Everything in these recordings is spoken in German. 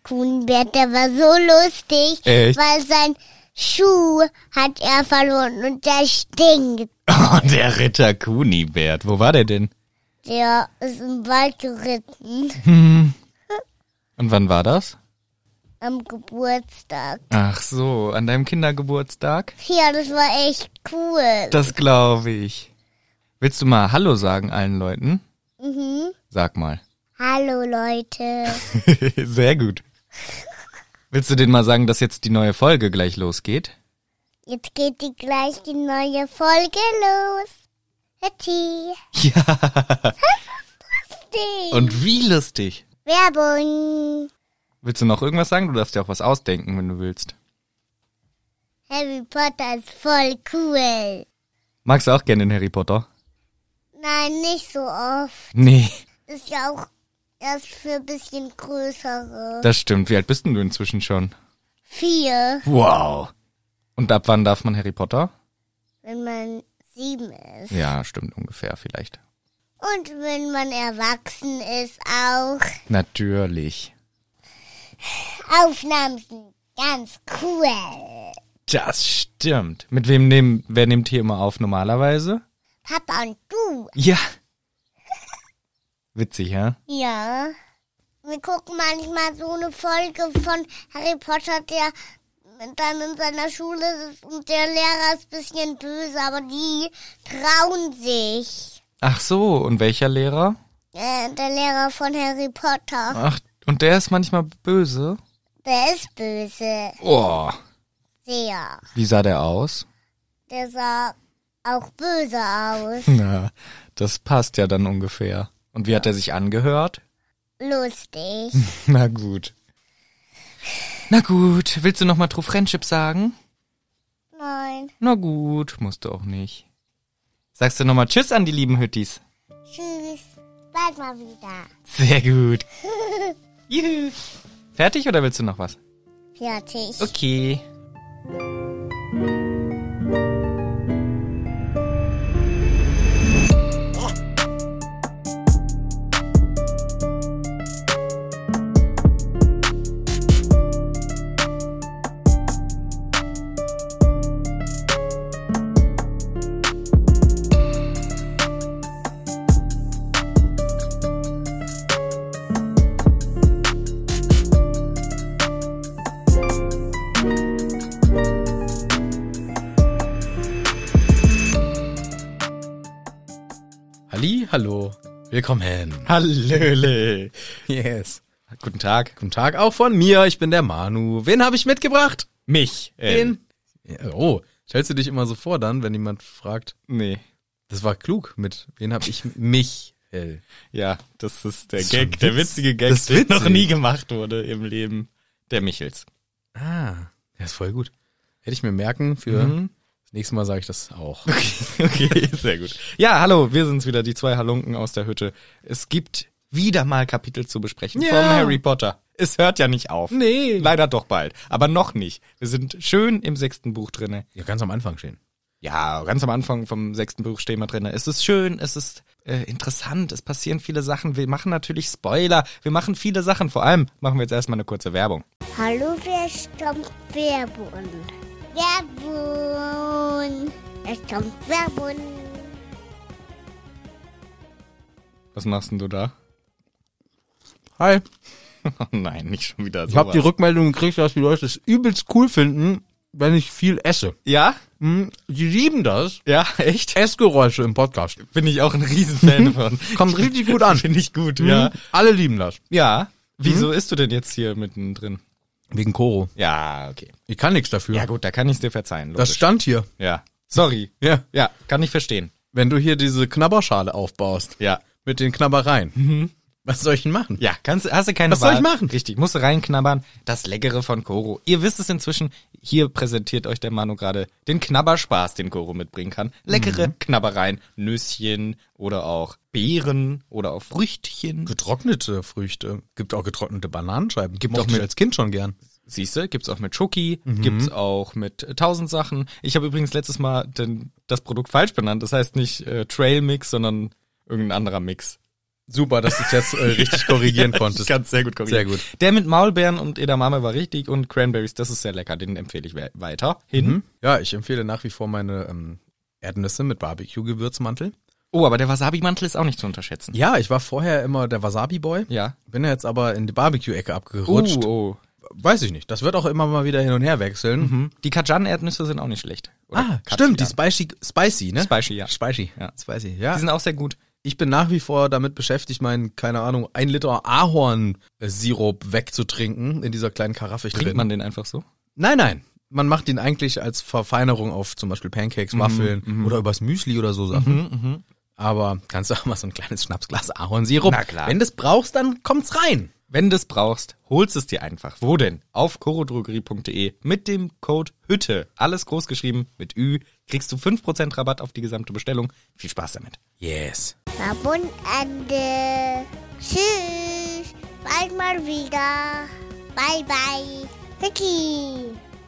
Kunibert, der war so lustig, Echt? weil sein Schuh hat er verloren und der stinkt. Oh, der Ritter Kunibert. Wo war der denn? Der ist im Wald geritten Und wann war das? am Geburtstag. Ach so, an deinem Kindergeburtstag? Ja, das war echt cool. Das glaube ich. Willst du mal Hallo sagen allen Leuten? Sag mal. Hallo Leute. Sehr gut. Willst du denen mal sagen, dass jetzt die neue Folge gleich losgeht? Jetzt geht die neue Folge los. Hetty. Ja. Lustig. Und wie lustig. Werbung. Willst du noch irgendwas sagen? Du darfst dir auch was ausdenken, wenn du willst. Harry Potter ist voll cool. Magst du auch gerne den Harry Potter? Nein, nicht so oft. Nee, Ist ja auch erst für ein bisschen größere. das stimmt. Wie alt bist denn du inzwischen schon? 4, Wow. Und ab wann darf man Harry Potter? wenn man 7 ist. Ja, stimmt ungefähr vielleicht. Und wenn man erwachsen ist auch. Natürlich. Aufnahmen sind ganz cool. Das stimmt. Wer nimmt hier immer auf normalerweise? Papa und du. Ja. Witzig, ja? Ja. Wir gucken manchmal so eine Folge von Harry Potter, der dann in seiner Schule ist und der Lehrer ist ein bisschen böse, aber die trauen sich. Ach so, und welcher Lehrer? Der Lehrer von Harry Potter, Ach, und der ist manchmal böse? der ist böse. Oh, Sehr. wie sah der aus? Der sah auch böse aus. Na, das passt ja dann ungefähr. Und wie hat er sich angehört? Lustig. Na gut. Na gut, willst du noch mal True Friendship sagen? Nein. Na gut, musst du auch nicht. Sagst du noch mal Tschüss an die lieben Hüttis? Tschüss. Bald mal wieder. Sehr gut. Juhu. Fertig oder willst du noch was? Fertig. Okay. Hallo, willkommen. Hallöle. Yes. Guten Tag. Guten Tag auch von mir, ich bin der Manu. Wen habe ich mitgebracht? Mich. Wen? Ja, oh, stellst du dich immer so vor dann, wenn jemand fragt? Nee. Das war klug mit, wen habe ich mich? Ja, das ist der Das ist schon Gag, der Witz. witzige Gag, Das ist der noch witzig. nie gemacht wurde im Leben der Michels. Ah, ja, ist voll gut. Hätte ich mir merken für das nächste Mal sage ich das auch. Okay, sehr gut. Ja, hallo, wir sind's wieder, die zwei Halunken aus der Hütte. Es gibt wieder mal Kapitel zu besprechen Ja. vom Harry Potter. Es hört ja nicht auf. Nee. Leider doch bald, aber noch nicht. Wir sind schön im 6. Buch drinne. Ja, ganz am Anfang stehen. Ja, ganz am Anfang vom 6. Buch stehen wir drinne. Es ist schön, es ist interessant, es passieren viele Sachen. Wir machen natürlich Spoiler, wir machen viele Sachen. Vor allem machen wir jetzt erstmal eine kurze Werbung. Hallo, wer stammt Werbung? Werbung. Es kommt Werbung. Was machst denn du da? Hi. Oh nein, nicht schon wieder so. Ich habe die Rückmeldung gekriegt, dass die Leute es übelst cool finden, wenn ich viel esse. Ja? Die lieben das. Ja, echt? Essgeräusche im Podcast. Bin ich auch ein Riesenfan von. Kommt richtig gut an. Finde ich gut, ja. Alle lieben das. Ja. Wieso isst du denn jetzt hier mittendrin? Wegen Koro. Ja, okay. Ich kann nichts dafür. Ja gut, da kann ich's dir verzeihen. Das logisch. stand hier. Ja. Sorry. Ja. Ja, kann ich verstehen. Wenn du hier diese Knabberschale aufbaust. Ja. Mit den Knabbereien. Was soll ich denn machen? Ja, hast du keine Was soll Wahl. ich machen? Richtig, musst du reinknabbern. Das Leckere von Koro. Ihr wisst es inzwischen, hier präsentiert euch der Manu gerade den Knabberspaß, den Koro mitbringen kann. Leckere Knabbereien, Nüsschen oder auch Beeren oder auch Früchtchen. Getrocknete Früchte. Gibt auch getrocknete Bananenscheiben. Gibt Mochte auch ich mit- als Kind schon gern. Siehste, gibt's auch mit Schoki, gibt's auch mit 1000 Sachen. Ich habe übrigens letztes Mal das Produkt falsch benannt. Das heißt nicht Trail Mix, sondern irgendein anderer Mix. Super, dass du es jetzt richtig korrigieren konntest. Ich kann es sehr gut korrigieren. Sehr gut. Der mit Maulbeeren und Edamame war richtig und Cranberries, das ist sehr lecker, den empfehle ich weiterhin. Ja, ich empfehle nach wie vor meine Erdnüsse mit Barbecue-Gewürzmantel. Oh, aber der Wasabi-Mantel ist auch nicht zu unterschätzen. Ja, ich war vorher immer der Wasabi-Boy. Ja. Bin jetzt aber in die Barbecue-Ecke abgerutscht. Oh. Weiß ich nicht. Das wird auch immer mal wieder hin und her wechseln. Die Cajun-Erdnüsse sind auch nicht schlecht. Oder Stimmt, die Cajun. Spicy, ne? Spicy, ja. Spicy, Ja. Spicy, ja. Die sind auch sehr gut. Ich bin nach wie vor damit beschäftigt, keine Ahnung, 1 Liter Ahornsirup wegzutrinken in dieser kleinen Karaffe Trinkt drin. man den einfach so? Nein. Man macht ihn eigentlich als Verfeinerung auf zum Beispiel Pancakes, Waffeln oder übers Müsli oder so Sachen. Aber kannst du auch mal so ein kleines Schnapsglas Ahornsirup. Na klar. Wenn du es brauchst, dann kommt's rein. Wenn du es brauchst, holst es dir einfach. Wo denn? Auf chorodrogerie.de mit dem Code HÜTTE. Alles groß geschrieben mit Ü. Kriegst du 5% Rabatt auf die gesamte Bestellung. Viel Spaß damit. Yes. Verbundende. Tschüss. Bald mal wieder. Bye, bye. Vicky.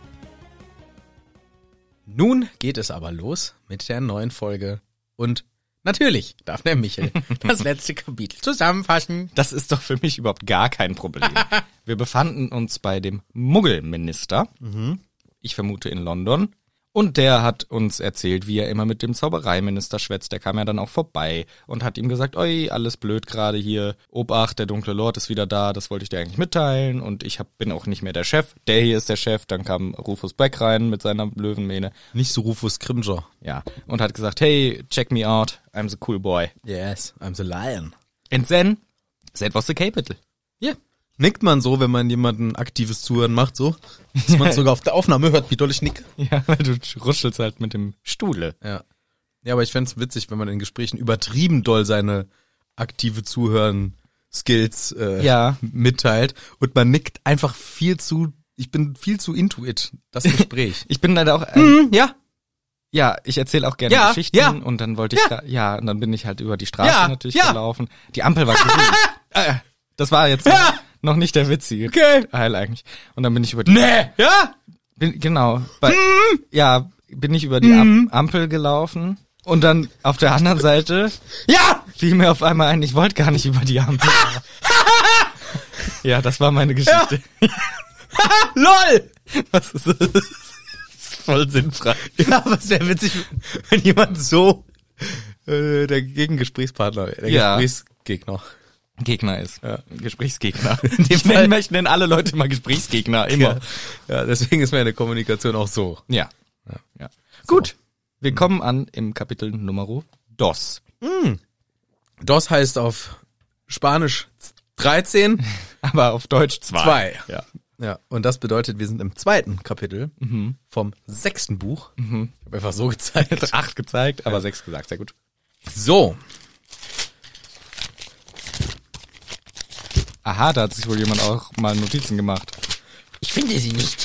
Nun geht es aber los mit der neuen Folge. Und natürlich darf der Michel das letzte Kapitel zusammenfassen. Das ist doch für mich überhaupt gar kein Problem. Wir befanden uns bei dem Muggelminister. Ich vermute in London. Und der hat uns erzählt, wie er immer mit dem Zaubereiminister schwätzt. Der kam ja dann auch vorbei und hat ihm gesagt, oi, alles blöd gerade hier. Obacht, der dunkle Lord ist wieder da, das wollte ich dir eigentlich mitteilen. Und ich bin auch nicht mehr der Chef. Der hier ist der Chef. Dann kam Rufus Beck rein mit seiner Löwenmähne. Nicht so Rufus Scrimger. Ja, und hat gesagt, hey, check me out, I'm the cool boy. Yes, I'm the lion. And then, that was the capital. Ja. Nickt man so, wenn man jemanden aktives Zuhören macht, so? Dass man sogar auf der Aufnahme hört, wie doll ich nicke. Ja, weil du ruschelst halt mit dem Stuhle. Ja. Ja, aber ich fänd's witzig, wenn man in Gesprächen übertrieben doll seine aktive Zuhören-Skills mitteilt und man nickt einfach ich bin viel zu into it, das Gespräch. Ich bin leider auch, Ja. ja, ich erzähle auch gerne Geschichten und dann wollte ich und dann bin ich halt über die Straße natürlich gelaufen. Die Ampel war grün. Das war jetzt noch nicht der witzige Teil eigentlich. Und dann bin ich über die bin ich über die Ampel gelaufen und dann auf der anderen Seite fiel mir auf einmal ein, ich wollte gar nicht über die Ampel. Ja, das war meine Geschichte. LOL! Was ist das? Voll sinnfrei. Ja, aber es wäre witzig, wenn jemand so der Gegengesprächspartner, Gesprächsgegner. Gegner ist. Ja. Gesprächsgegner. Ich nenne alle Leute immer Gesprächsgegner, immer. Ja, deswegen ist meine Kommunikation auch so. Ja. Gut. Wir kommen an im Kapitel Nummer Dos. DOS heißt auf Spanisch 13, aber auf Deutsch 2. Ja. Ja, und das bedeutet, wir sind im 2. Kapitel vom 6. Buch. Ich habe einfach so gezeigt. 8 gezeigt, aber 6 gesagt. Sehr gut. So. Aha, da hat sich wohl jemand auch mal Notizen gemacht. Ich finde sie nicht.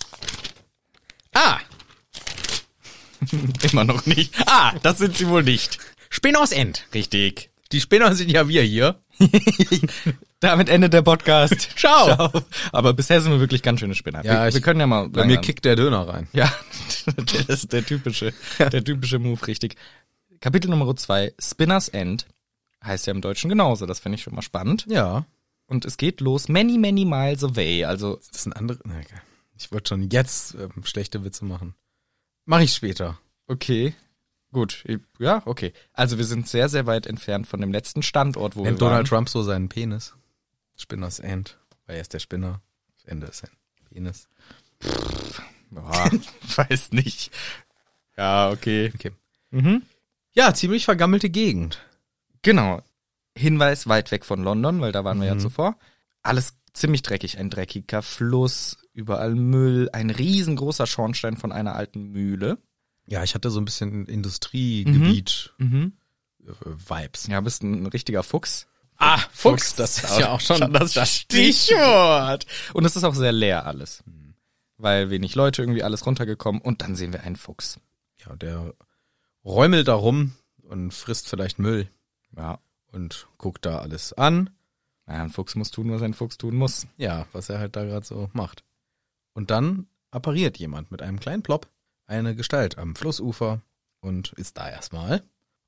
Immer noch nicht. Das sind sie wohl nicht. Spinners End. Richtig. Die Spinner sind ja wir hier. Damit endet der Podcast. Ciao. Aber bisher sind wir wirklich ganz schöne Spinner. Ja, wir können ja mal... Bei mir kickt der Döner rein. Ja, das ist der typische Move, richtig. Kapitel Nummer 2, Spinners End, heißt ja im Deutschen genauso. Das finde ich schon mal spannend. Ja. Und es geht los, many, many miles away. Also das ist ein anderes... Ich wollte schon jetzt schlechte Witze machen. Mache ich später. Okay, gut. Ja, okay. Also wir sind sehr, sehr weit entfernt von dem letzten Standort, wo Nennt wir waren. Donald Trump so seinen Penis? Spinners End. Weil er ist der Spinner. Das Ende ist sein Penis. Boah, weiß nicht. Ja, okay. Ja, ziemlich vergammelte Gegend. Genau. Hinweis, weit weg von London, weil da waren wir ja zuvor. Alles ziemlich dreckig. Ein dreckiger Fluss, überall Müll, ein riesengroßer Schornstein von einer alten Mühle. Ja, ich hatte so ein bisschen Industriegebiet Vibes. Ja, bist ein richtiger Fuchs. Fuchs, das ist ja auch schon das Stichwort. Und es ist auch sehr leer alles. Weil wenig Leute irgendwie alles runtergekommen und dann sehen wir einen Fuchs. Ja, der räumelt da rum und frisst vielleicht Müll. Ja. Und guckt da alles an. Ja, ein Fuchs muss tun, was ein Fuchs tun muss. Ja, was er halt da gerade so macht. Und dann appariert jemand mit einem kleinen Plop, eine Gestalt am Flussufer und ist da erstmal.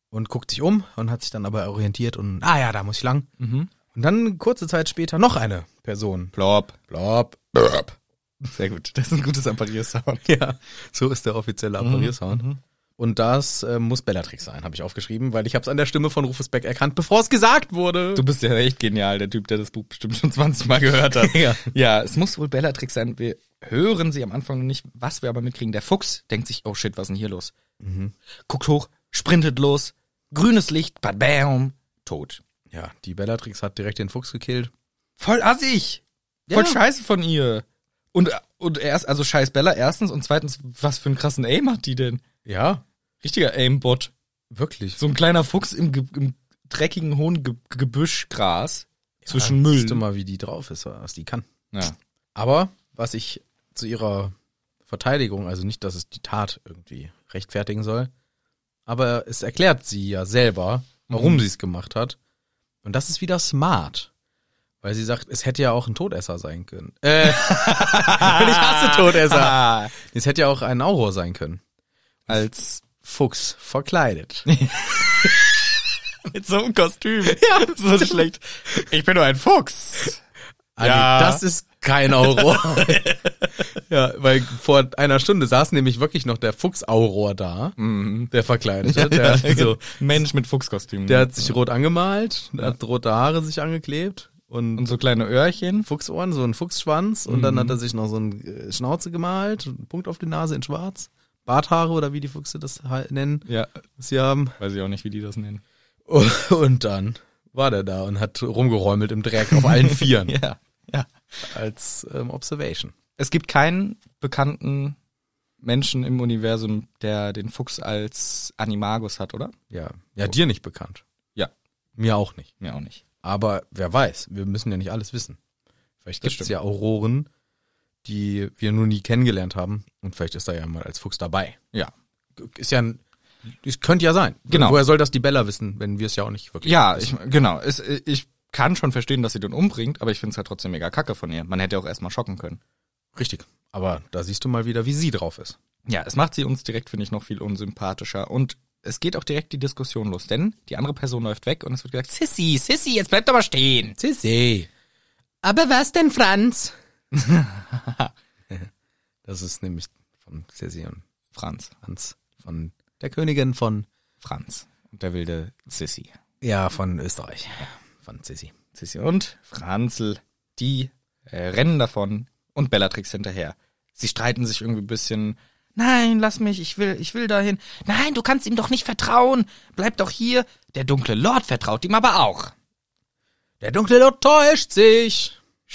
und guckt sich um und hat sich dann aber orientiert und, ja, da muss ich lang. Und dann kurze Zeit später noch eine Person. Plop. Plop. Plop. Sehr gut. Das ist ein gutes Appariersound. Ja, so ist der offizielle Appariersound. Und das muss Bellatrix sein, habe ich aufgeschrieben, weil ich habe es an der Stimme von Rufus Beck erkannt, bevor es gesagt wurde. Du bist ja echt genial, der Typ, der das Buch bestimmt schon 20 Mal gehört hat. Ja, es muss wohl Bellatrix sein. Wir hören sie am Anfang noch nicht, was wir aber mitkriegen. Der Fuchs denkt sich, oh shit, was ist denn hier los? Guckt hoch, sprintet los, grünes Licht, bam, tot. Ja, die Bellatrix hat direkt den Fuchs gekillt. Voll assig. Voll scheiße von ihr. Und erst, also scheiß Bella erstens und zweitens, was für einen krassen Aim hat die denn? Ja. Richtiger Aimbot. Wirklich. So ein kleiner Fuchs im dreckigen, hohen Gebüschgras zwischen Müll. Siehst du mal, wie die drauf ist, was die kann. Ja. Aber was ich zu ihrer Verteidigung, also nicht, dass es die Tat irgendwie rechtfertigen soll, aber es erklärt sie ja selber, warum sie es gemacht hat. Und das ist wieder smart. Weil sie sagt, es hätte ja auch ein Todesser sein können. Ich hasse Todesser. Es hätte ja auch ein Auror sein können. Als Fuchs verkleidet. Mit so einem Kostüm. Ja, so schlecht. Ich bin nur ein Fuchs. Ja. Das ist kein Auror. Ja, weil vor einer Stunde saß nämlich wirklich noch der Fuchs-Auror da, der Verkleidete. Der so, Mensch mit Fuchskostüm. Der hat sich rot angemalt, hat rote Haare sich angeklebt. Und so kleine Öhrchen. Fuchsohren, so ein Fuchsschwanz. Und dann hat er sich noch so eine Schnauze gemalt, einen Punkt auf die Nase in schwarz. Barthaare oder wie die Füchse das nennen, ja, was sie haben. Weiß ich auch nicht, wie die das nennen. Und dann war der da und hat rumgeräumelt im Dreck auf allen Vieren. Ja. Als Observation. Es gibt keinen bekannten Menschen im Universum, der den Fuchs als Animagus hat, oder? Ja, dir nicht bekannt. Ja. Mir auch nicht. Mir auch nicht. Aber wer weiß, wir müssen ja nicht alles wissen. Vielleicht gibt es ja Auroren, die wir nur nie kennengelernt haben. Und vielleicht ist er ja mal als Fuchs dabei. Ja. Es könnte ja sein. Genau. Woher soll das die Bella wissen, wenn wir es ja auch nicht wirklich wissen? Genau. Ich kann schon verstehen, dass sie den umbringt, aber ich finde es halt trotzdem mega kacke von ihr. Man hätte auch erstmal schocken können. Richtig. Aber da siehst du mal wieder, wie sie drauf ist. Ja, es macht sie uns direkt, finde ich, noch viel unsympathischer. Und es geht auch direkt die Diskussion los, denn die andere Person läuft weg und es wird gesagt, Sissy, jetzt bleib doch mal stehen. Sissy. Aber was denn, Franz? Das ist nämlich von Sissy und Franz. Von der Königin von Franz und der wilde Sissy. Ja, von Österreich. Ja. Von Sissy. Sissy und Franzl, die rennen davon und Bellatrix hinterher. Sie streiten sich irgendwie ein bisschen. Nein, lass mich, ich will dahin. Nein, du kannst ihm doch nicht vertrauen. Bleib doch hier. Der dunkle Lord vertraut ihm aber auch. Der dunkle Lord täuscht sich.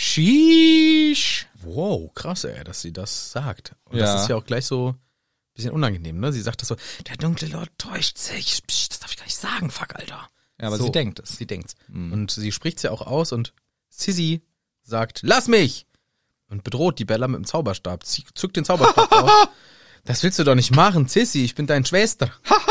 Sheesh. Wow, krass, dass sie das sagt. Und das ist ja auch gleich so ein bisschen unangenehm, ne? Sie sagt das so, der dunkle Lord täuscht sich. Psst, das darf ich gar nicht sagen, fuck, Alter. Ja, aber so, sie denkt es. Sie denkt's. Und sie spricht's ja auch aus und Sissy sagt, lass mich! Und bedroht die Bella mit dem Zauberstab. Sie zückt den Zauberstab raus. Das willst du doch nicht machen, Sissy, ich bin deine Schwester.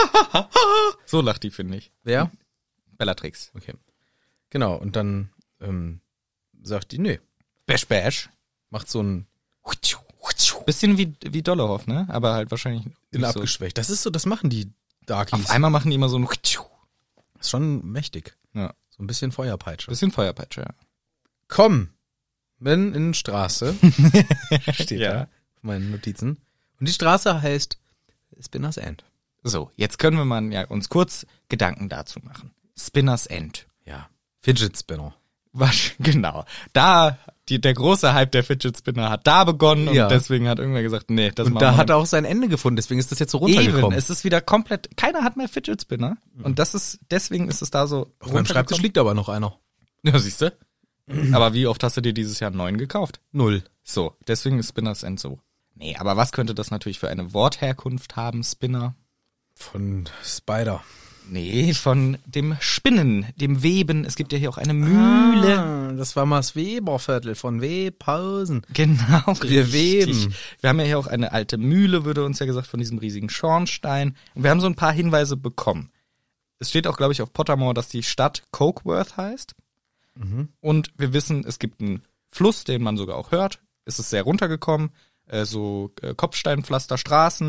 So lacht die, finde ich. Wer? Bellatrix. Okay. Genau, und dann sagt die, nö. Bash, bash. Macht so ein bisschen wie Dollarhoff, ne? Aber halt wahrscheinlich in abgeschwächt. Das ist so, das machen die Darkies. Auf einmal machen die immer so ein ist schon mächtig. Ja. So ein bisschen Feuerpeitsche. Ja. Komm, bin in Straße. Steht ja. da auf meinen Notizen. Und die Straße heißt Spinner's End. So, jetzt können wir mal uns kurz Gedanken dazu machen. Spinner's End. Ja. Fidget Spinner. Genau. Der große Hype der Fidget Spinner hat da begonnen und deswegen hat irgendwer gesagt, nee, das machen wir. Und da hat er auch sein Ende gefunden, deswegen ist das jetzt so runtergekommen. Eben, es ist wieder komplett, keiner hat mehr Fidget Spinner und deswegen ist es da so auf meinem Schreibtisch liegt aber noch einer. Ja, siehst du? Aber wie oft hast du dir dieses Jahr einen neuen gekauft? 0. So, deswegen ist Spinner's End so. Nee, aber was könnte das natürlich für eine Wortherkunft haben, Spinner? Von Spider. Nee, von dem Spinnen, dem Weben. Es gibt ja hier auch eine Mühle. Das war mal das Weberviertel von Webhausen. Genau. Wir weben. Wir haben ja hier auch eine alte Mühle, würde uns ja gesagt, von diesem riesigen Schornstein. Und wir haben so ein paar Hinweise bekommen. Es steht auch, glaube ich, auf Pottermore, dass die Stadt Cokeworth heißt. Und wir wissen, es gibt einen Fluss, den man sogar auch hört. Es ist sehr runtergekommen. So Kopfsteinpflasterstraßen.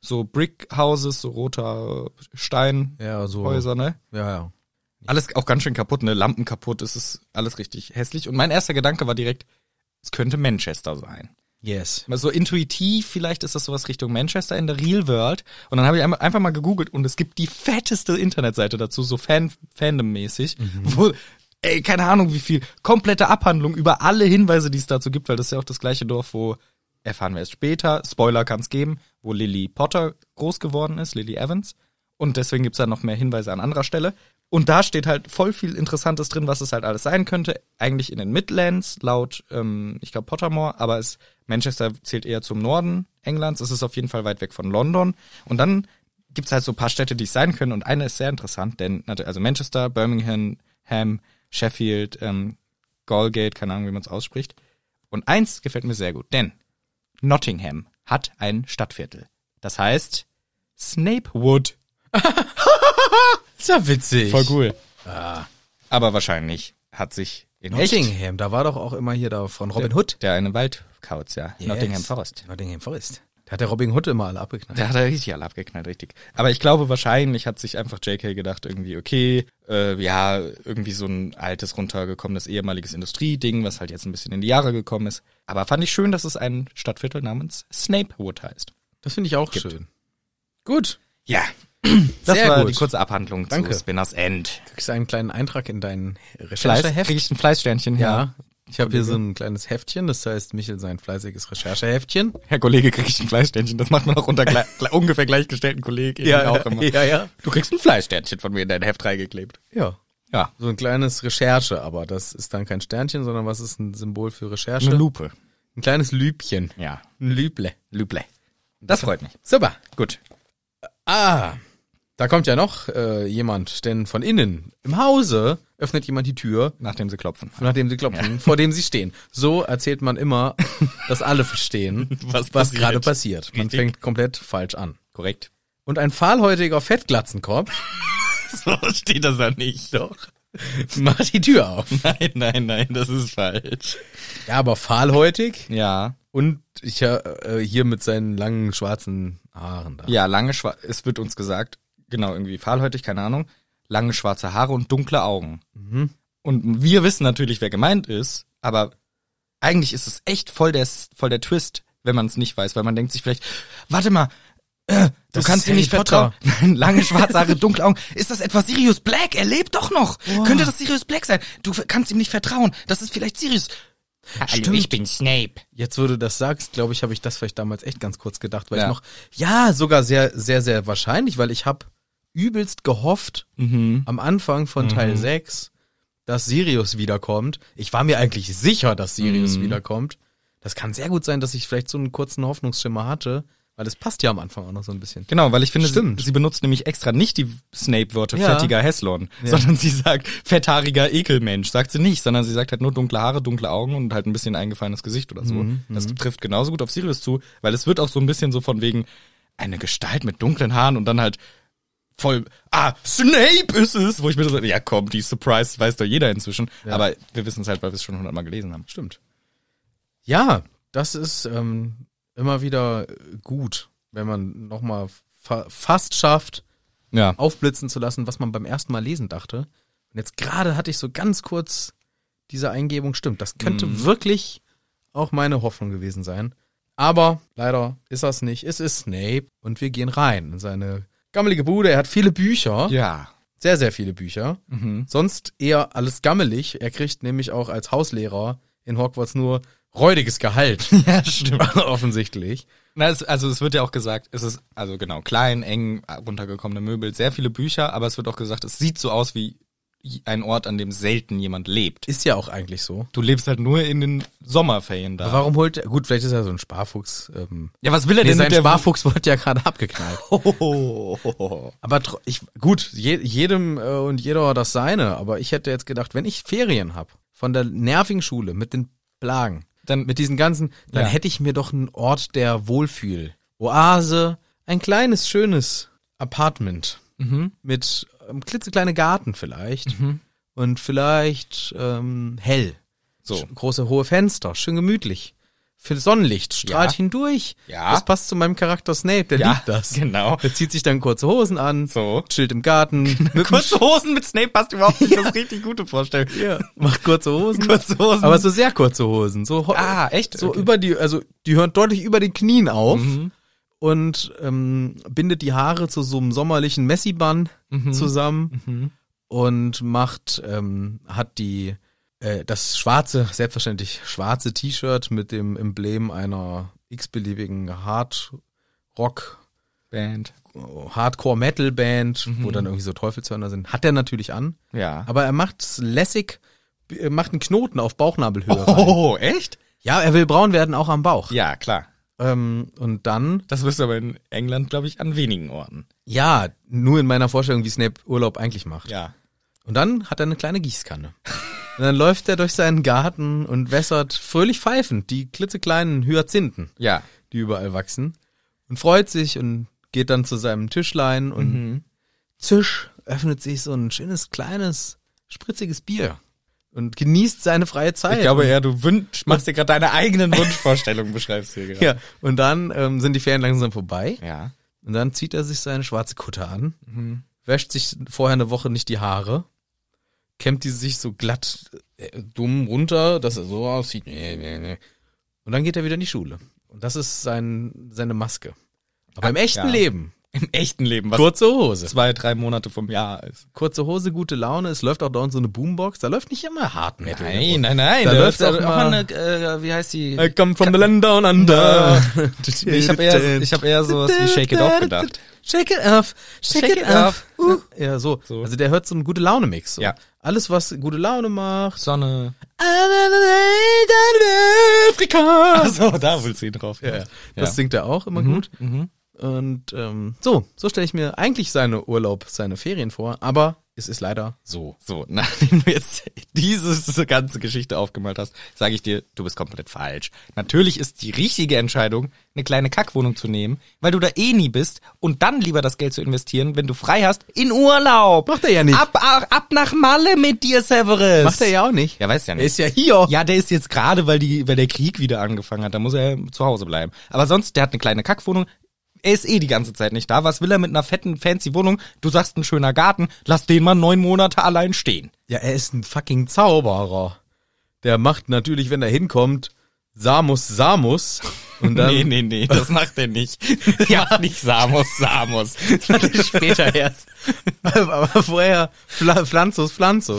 so Brick Houses, so roter Steinhäuser, ne? Ja. Alles auch ganz schön kaputt, ne? Lampen kaputt, es ist alles richtig hässlich. Und mein erster Gedanke war direkt, es könnte Manchester sein. Yes. So intuitiv, vielleicht ist das sowas Richtung Manchester in der Real World. Und dann habe ich einfach mal gegoogelt und es gibt die fetteste Internetseite dazu, so Fandom-mäßig, wo, keine Ahnung wie viel, komplette Abhandlung über alle Hinweise, die es dazu gibt, weil das ist ja auch das gleiche Dorf, wo, erfahren wir erst später, Spoiler kann es geben, wo Lily Potter groß geworden ist, Lily Evans. Und deswegen gibt's da noch mehr Hinweise an anderer Stelle. Und da steht halt voll viel Interessantes drin, was es halt alles sein könnte. Eigentlich in den Midlands, laut, ich glaube Pottermore, aber Manchester zählt eher zum Norden Englands. Es ist auf jeden Fall weit weg von London. Und dann gibt's halt so ein paar Städte, die es sein können. Und eine ist sehr interessant, denn also Manchester, Birmingham, Sheffield, Galgate, keine Ahnung, wie man es ausspricht. Und eins gefällt mir sehr gut, denn Nottingham hat ein Stadtviertel. Das heißt Snapewood. Ist ja witzig. Voll cool. Ah. Aber wahrscheinlich hat sich in Nottingham, da war doch auch immer hier da von Robin Hood. Der eine Waldkauz, ja. Yes. Nottingham Forest. Nottingham Forest. Da hat der Robin Hood immer alle abgeknallt. Der hat er richtig alle abgeknallt, richtig. Aber ich glaube, wahrscheinlich hat sich einfach JK gedacht, irgendwie, okay, irgendwie so ein altes, runtergekommenes, ehemaliges Industrieding, was halt jetzt ein bisschen in die Jahre gekommen ist. Aber fand ich schön, dass es ein Stadtviertel namens Snapewood heißt. Das finde ich auch schön. Gut. Ja. Das Sehr war gut. die kurze Abhandlung Danke. zu Spinners End. Kriegst du einen kleinen Eintrag in dein Fleiß, Rechercheheft? krieg ich ein Fleißsternchen? Ja. Ich habe hier so ein kleines Heftchen, das heißt Michel sein fleißiges Rechercheheftchen. Herr Kollege, krieg ich ein Fleißsternchen. Das macht man auch unter ungefähr gleichgestellten Kollegen auch immer. Ja. Du kriegst ein Fleißsternchen von mir in dein Heft reingeklebt. Ja. Ja. So ein kleines Recherche, aber das ist dann kein Sternchen, sondern was ist ein Symbol für Recherche? Eine Lupe. Ein kleines Lübchen. Ja. Ein Lüble. Das freut mich. Super. Gut. Da kommt ja noch jemand, denn von innen im Hause öffnet jemand die Tür, Nachdem sie klopfen. nachdem sie klopfen, vor dem sie stehen. So erzählt man immer, dass alle verstehen, Was was passiert. gerade passiert. Man Richtig. fängt komplett falsch an. Korrekt. Und ein fahlhäutiger Fettglatzenkopf So steht das ja nicht. Doch. macht die Tür auf. Nein, das ist falsch. Ja, aber fahlhäutig Ja. und hier mit seinen langen schwarzen Haaren da. Ja, es wird uns gesagt, genau, irgendwie fahlhäutig, keine Ahnung, lange schwarze Haare und dunkle Augen. Und wir wissen natürlich, wer gemeint ist, aber eigentlich ist es echt voll der Twist, wenn man es nicht weiß, weil man denkt sich vielleicht, warte mal, du Das kannst ist ihm nicht Harry vertrauen. Nein, lange schwarze Haare, dunkle Augen. Ist das etwa Sirius Black? Er lebt doch noch. Könnte das Sirius Black sein? Du kannst ihm nicht vertrauen. Das ist vielleicht Sirius. Stimmt. Ich bin Snape. Jetzt, wo du das sagst, glaube ich, habe ich das vielleicht damals echt ganz kurz gedacht, weil Ja. sogar sehr, sehr, sehr wahrscheinlich, weil ich habe übelst gehofft am Anfang von Teil 6, dass Sirius wiederkommt. Ich war mir eigentlich sicher, dass Sirius wiederkommt. Das kann sehr gut sein, dass ich vielleicht so einen kurzen Hoffnungsschimmer hatte, weil das passt ja am Anfang auch noch so ein bisschen. Genau, weil ich finde, Stimmt. sie benutzt nämlich extra nicht die Snape-Wörter Ja. fettiger Hässlon, sondern sie sagt fetthaariger Ekelmensch. Sagt sie nicht, sondern sie sagt halt nur dunkle Haare, dunkle Augen und halt ein bisschen eingefallenes Gesicht oder so. Das trifft genauso gut auf Sirius zu, weil es wird auch so ein bisschen so von wegen eine Gestalt mit dunklen Haaren und dann halt voll, Snape ist es, wo ich mir so, ja komm, die Surprise weiß doch jeder inzwischen, Ja. aber wir wissen es halt, weil wir es schon 100-mal gelesen haben. Stimmt. Ja, das ist immer wieder gut, wenn man nochmal fast schafft, Ja. aufblitzen zu lassen, was man beim ersten Mal lesen dachte. Und jetzt gerade hatte ich so ganz kurz diese Eingebung, stimmt, das könnte wirklich auch meine Hoffnung gewesen sein. Aber leider ist das nicht. Es ist Snape und wir gehen rein in seine gammelige Bude. Er hat viele Bücher, Ja. sehr, sehr viele Bücher. Sonst eher alles gammelig. Er kriegt nämlich auch als Hauslehrer in Hogwarts nur räudiges Gehalt. Ja, stimmt. Offensichtlich. Na, es wird ja auch gesagt, es ist, also genau, klein, eng, runtergekommene Möbel, sehr viele Bücher, aber es wird auch gesagt, es sieht so aus wie ein Ort, an dem selten jemand lebt. Ist ja auch eigentlich so. Du lebst halt nur in den Sommerferien da. Aber warum holt er, gut, vielleicht ist er so ein Sparfuchs. Ja, was will er Nee, denn sein mit der Sparfuchs wird ja gerade abgeknallt. Oh. Aber jedem und jeder das seine. Aber ich hätte jetzt gedacht, wenn ich Ferien hab von der nervigen Schule mit den Plagen, Dann mit diesen ganzen, dann Ja. hätte ich mir doch einen Ort der Wohlfühl, Oase, ein kleines, schönes Apartment mit klitzekleine Garten vielleicht und vielleicht hell. So. Große, hohe Fenster, schön gemütlich. für Sonnenlicht, strahlt hindurch. Ja. Das passt zu meinem Charakter Snape, der liebt das. Genau. Der zieht sich dann kurze Hosen an, chillt im Garten. Kurze Hosen mit Snape passt überhaupt nicht, das ist richtig gute Vorstellung. Ja, macht kurze Hosen. Kurze Hosen. Aber so sehr kurze Hosen. So, echt? So Okay. über die hören deutlich über den Knien auf und bindet die Haare zu so einem sommerlichen Messi-Bun zusammen und hat das selbstverständlich schwarze T-Shirt mit dem Emblem einer x-beliebigen Band. Hardcore-Metal-Band, wo dann irgendwie so Teufelshörner sind. Hat er natürlich an. Ja. Aber er macht's lässig, macht einen Knoten auf Bauchnabelhöhe rein. Oh, echt? Ja, er will braun werden, auch am Bauch. Ja, klar. Und dann... Das wirst du aber in England, glaube ich, an wenigen Orten. Ja, nur in meiner Vorstellung, wie Snape Urlaub eigentlich macht. Ja. Und dann hat er eine kleine Gießkanne. Und dann läuft er durch seinen Garten und wässert fröhlich pfeifend die klitzekleinen Hyazinthen, Ja. die überall wachsen. Und freut sich und geht dann zu seinem Tischlein und zisch öffnet sich so ein schönes, kleines, spritziges Bier und genießt seine freie Zeit. Ich glaube eher, du machst dir gerade deine eigenen Wunschvorstellungen, beschreibst du hier gerade. Ja, und dann sind die Ferien langsam vorbei. Ja. Und dann zieht er sich seine schwarze Kutte an, wäscht sich vorher eine Woche nicht die Haare, kämmt die sich so glatt dumm runter, dass er so aussieht. Und dann geht er wieder in die Schule. Und das ist seine Maske. Aber im echten Leben. Im echten Leben, was Kurze Hose. 2-3 Monate vom Jahr ist. Kurze Hose, gute Laune. Es läuft auch da so eine Boombox. Da läuft nicht immer Hard Metal. Nein. Da läuft auch mal eine, wie heißt die? I come from the land down under. Ich habe eher sowas wie Shake It Off gedacht. Shake it off, shake it off. Ja, so. Also der hört so einen gute Laune-Mix. So. Ja. Alles, was gute Laune macht. Sonne. Afrika. Achso, da willst du ihn drauf. Ja. Das singt er auch immer gut. Und so stelle ich mir eigentlich seine Ferien vor, aber es ist leider so. So, nachdem du jetzt diese ganze Geschichte aufgemalt hast, sage ich dir, du bist komplett falsch. Natürlich ist die richtige Entscheidung, eine kleine Kackwohnung zu nehmen, weil du da eh nie bist und dann lieber das Geld zu investieren, wenn du frei hast, in Urlaub. Macht er ja nicht. Ab nach Malle mit dir, Severus. Macht er ja auch nicht. Ja, weiß ja nicht. Er ist ja hier. Ja, der ist jetzt gerade, weil der Krieg wieder angefangen hat, da muss er zu Hause bleiben. Aber sonst, der hat eine kleine Kackwohnung. Er ist eh die ganze Zeit nicht da. Was will er mit einer fetten, fancy Wohnung? Du sagst, ein schöner Garten. Lass den mal 9 Monate allein stehen. Ja, er ist ein fucking Zauberer. Der macht natürlich, wenn er hinkommt, Samus. Und dann Nee, das macht er nicht. Ja, nicht Samus. Das macht er später erst. Aber vorher Pflanzus.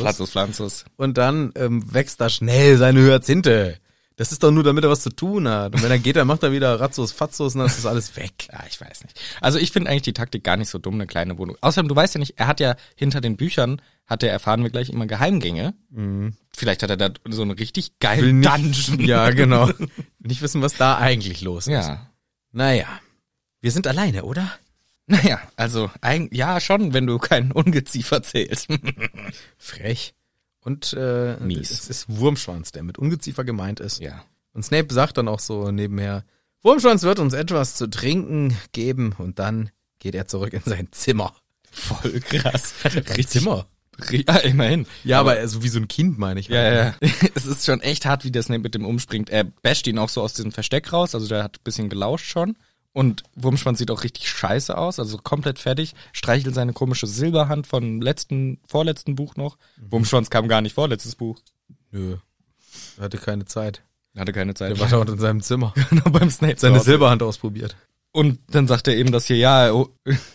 Und dann wächst da schnell seine Hyazinthe. Das ist doch nur, damit er was zu tun hat. Und wenn er geht, dann macht er wieder Ratzos, Fatzos und dann ist das alles weg. Ja, ich weiß nicht. Also ich finde eigentlich die Taktik gar nicht so dumm, eine kleine Wohnung. Außerdem, du weißt ja nicht, er hat ja hinter den Büchern, erfahren wir gleich, immer Geheimgänge. Vielleicht hat er da so einen richtig geilen Dungeon. Ja, genau. Nicht wissen, was da eigentlich los ist. Ja. Naja. Wir sind alleine, oder? Naja, also ja schon, wenn du kein Ungeziefer zählst. Frech. Und mies. Es ist Wurmschwanz, der mit Ungeziefer gemeint ist. Ja. Und Snape sagt dann auch so nebenher, Wurmschwanz wird uns etwas zu trinken geben und dann geht er zurück in sein Zimmer. Voll krass. Richtig Zimmer. Ja, immerhin. Ja, aber so wie so ein Kind, meine ich. Ja. Es ist schon echt hart, wie der Snape mit dem umspringt. Er basht ihn auch so aus diesem Versteck raus, also der hat ein bisschen gelauscht schon. Und Wurmschwanz sieht auch richtig scheiße aus, also komplett fertig. Streichelt seine komische Silberhand vom vorletzten Buch noch. Wurmschwanz kam gar nicht vorletztes Buch. Nö. Er hatte keine Zeit. Der war dort in seinem Zimmer. Genau, beim Snape. Seine Silberhand ausprobiert. Und dann sagt er eben das hier,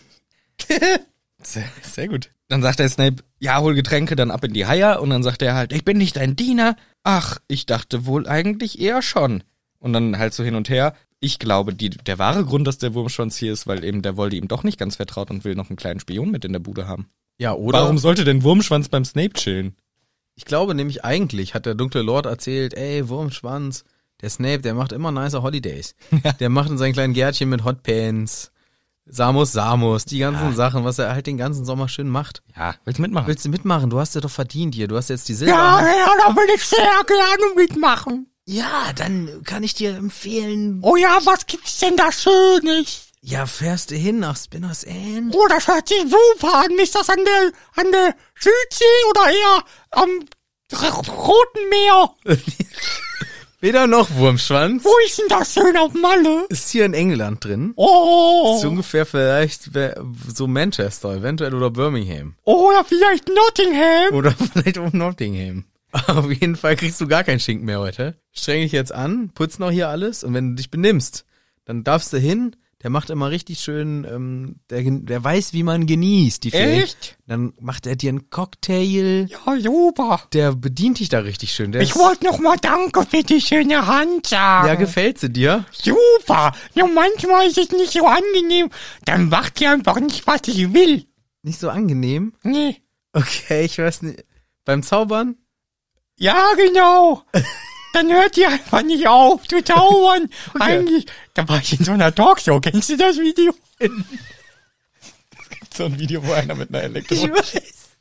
sehr gut. Dann sagt der Snape, ja, hol Getränke, dann ab in die Haie. Und dann sagt er halt, ich bin nicht dein Diener. Ach, ich dachte wohl eigentlich eher schon. Und dann halt so hin und her. Ich glaube, der wahre Grund, dass der Wurmschwanz hier ist, weil eben der Voldy ihm doch nicht ganz vertraut und will noch einen kleinen Spion mit in der Bude haben. Ja, oder? Warum sollte denn Wurmschwanz beim Snape chillen? Ich glaube nämlich eigentlich, hat der dunkle Lord erzählt, ey, Wurmschwanz, der Snape, der macht immer nice Holidays. Ja. Der macht in seinem kleinen Gärtchen mit Hotpants, Samus, die ganzen Sachen, was er halt den ganzen Sommer schön macht. Ja, willst du mitmachen? Willst du mitmachen? Du hast ja doch verdient hier. Du hast jetzt die Silberhand. Ja, da will ich sehr gerne mitmachen. Ja, dann kann ich dir empfehlen. Oh ja, was gibt's denn da Schönes? Ja, fährst du hin nach Spinners End? Oh, das hört sich super an. Ist das an der Südsee oder eher am Roten Meer? Weder noch Wurmschwanz. Wo ist denn das schön auf Malle? Ist hier in England drin. Oh. Ist ungefähr vielleicht so Manchester, eventuell oder Birmingham. Oder vielleicht Nottingham. Oder vielleicht auch Nottingham. Auf jeden Fall kriegst du gar keinen Schinken mehr heute. Streng dich jetzt an, putz noch hier alles und wenn du dich benimmst, dann darfst du hin. Der macht immer richtig schön, der weiß, wie man genießt, die Fee. Echt? Dann macht er dir einen Cocktail. Ja, super. Der bedient dich da richtig schön. Ich wollte noch mal Danke für die schöne Hand sagen. Ja, gefällt sie dir? Super. Nur manchmal ist es nicht so angenehm. Dann macht ihr einfach nicht, was ich will. Nicht so angenehm? Nee. Okay, ich weiß nicht. Beim Zaubern? Ja, genau. Dann hört ihr einfach nicht auf zu zaubern. Okay. Eigentlich, da war ich in so einer Talkshow. Kennst du das Video? Es gibt so ein Video, wo einer mit einer Ich weiß.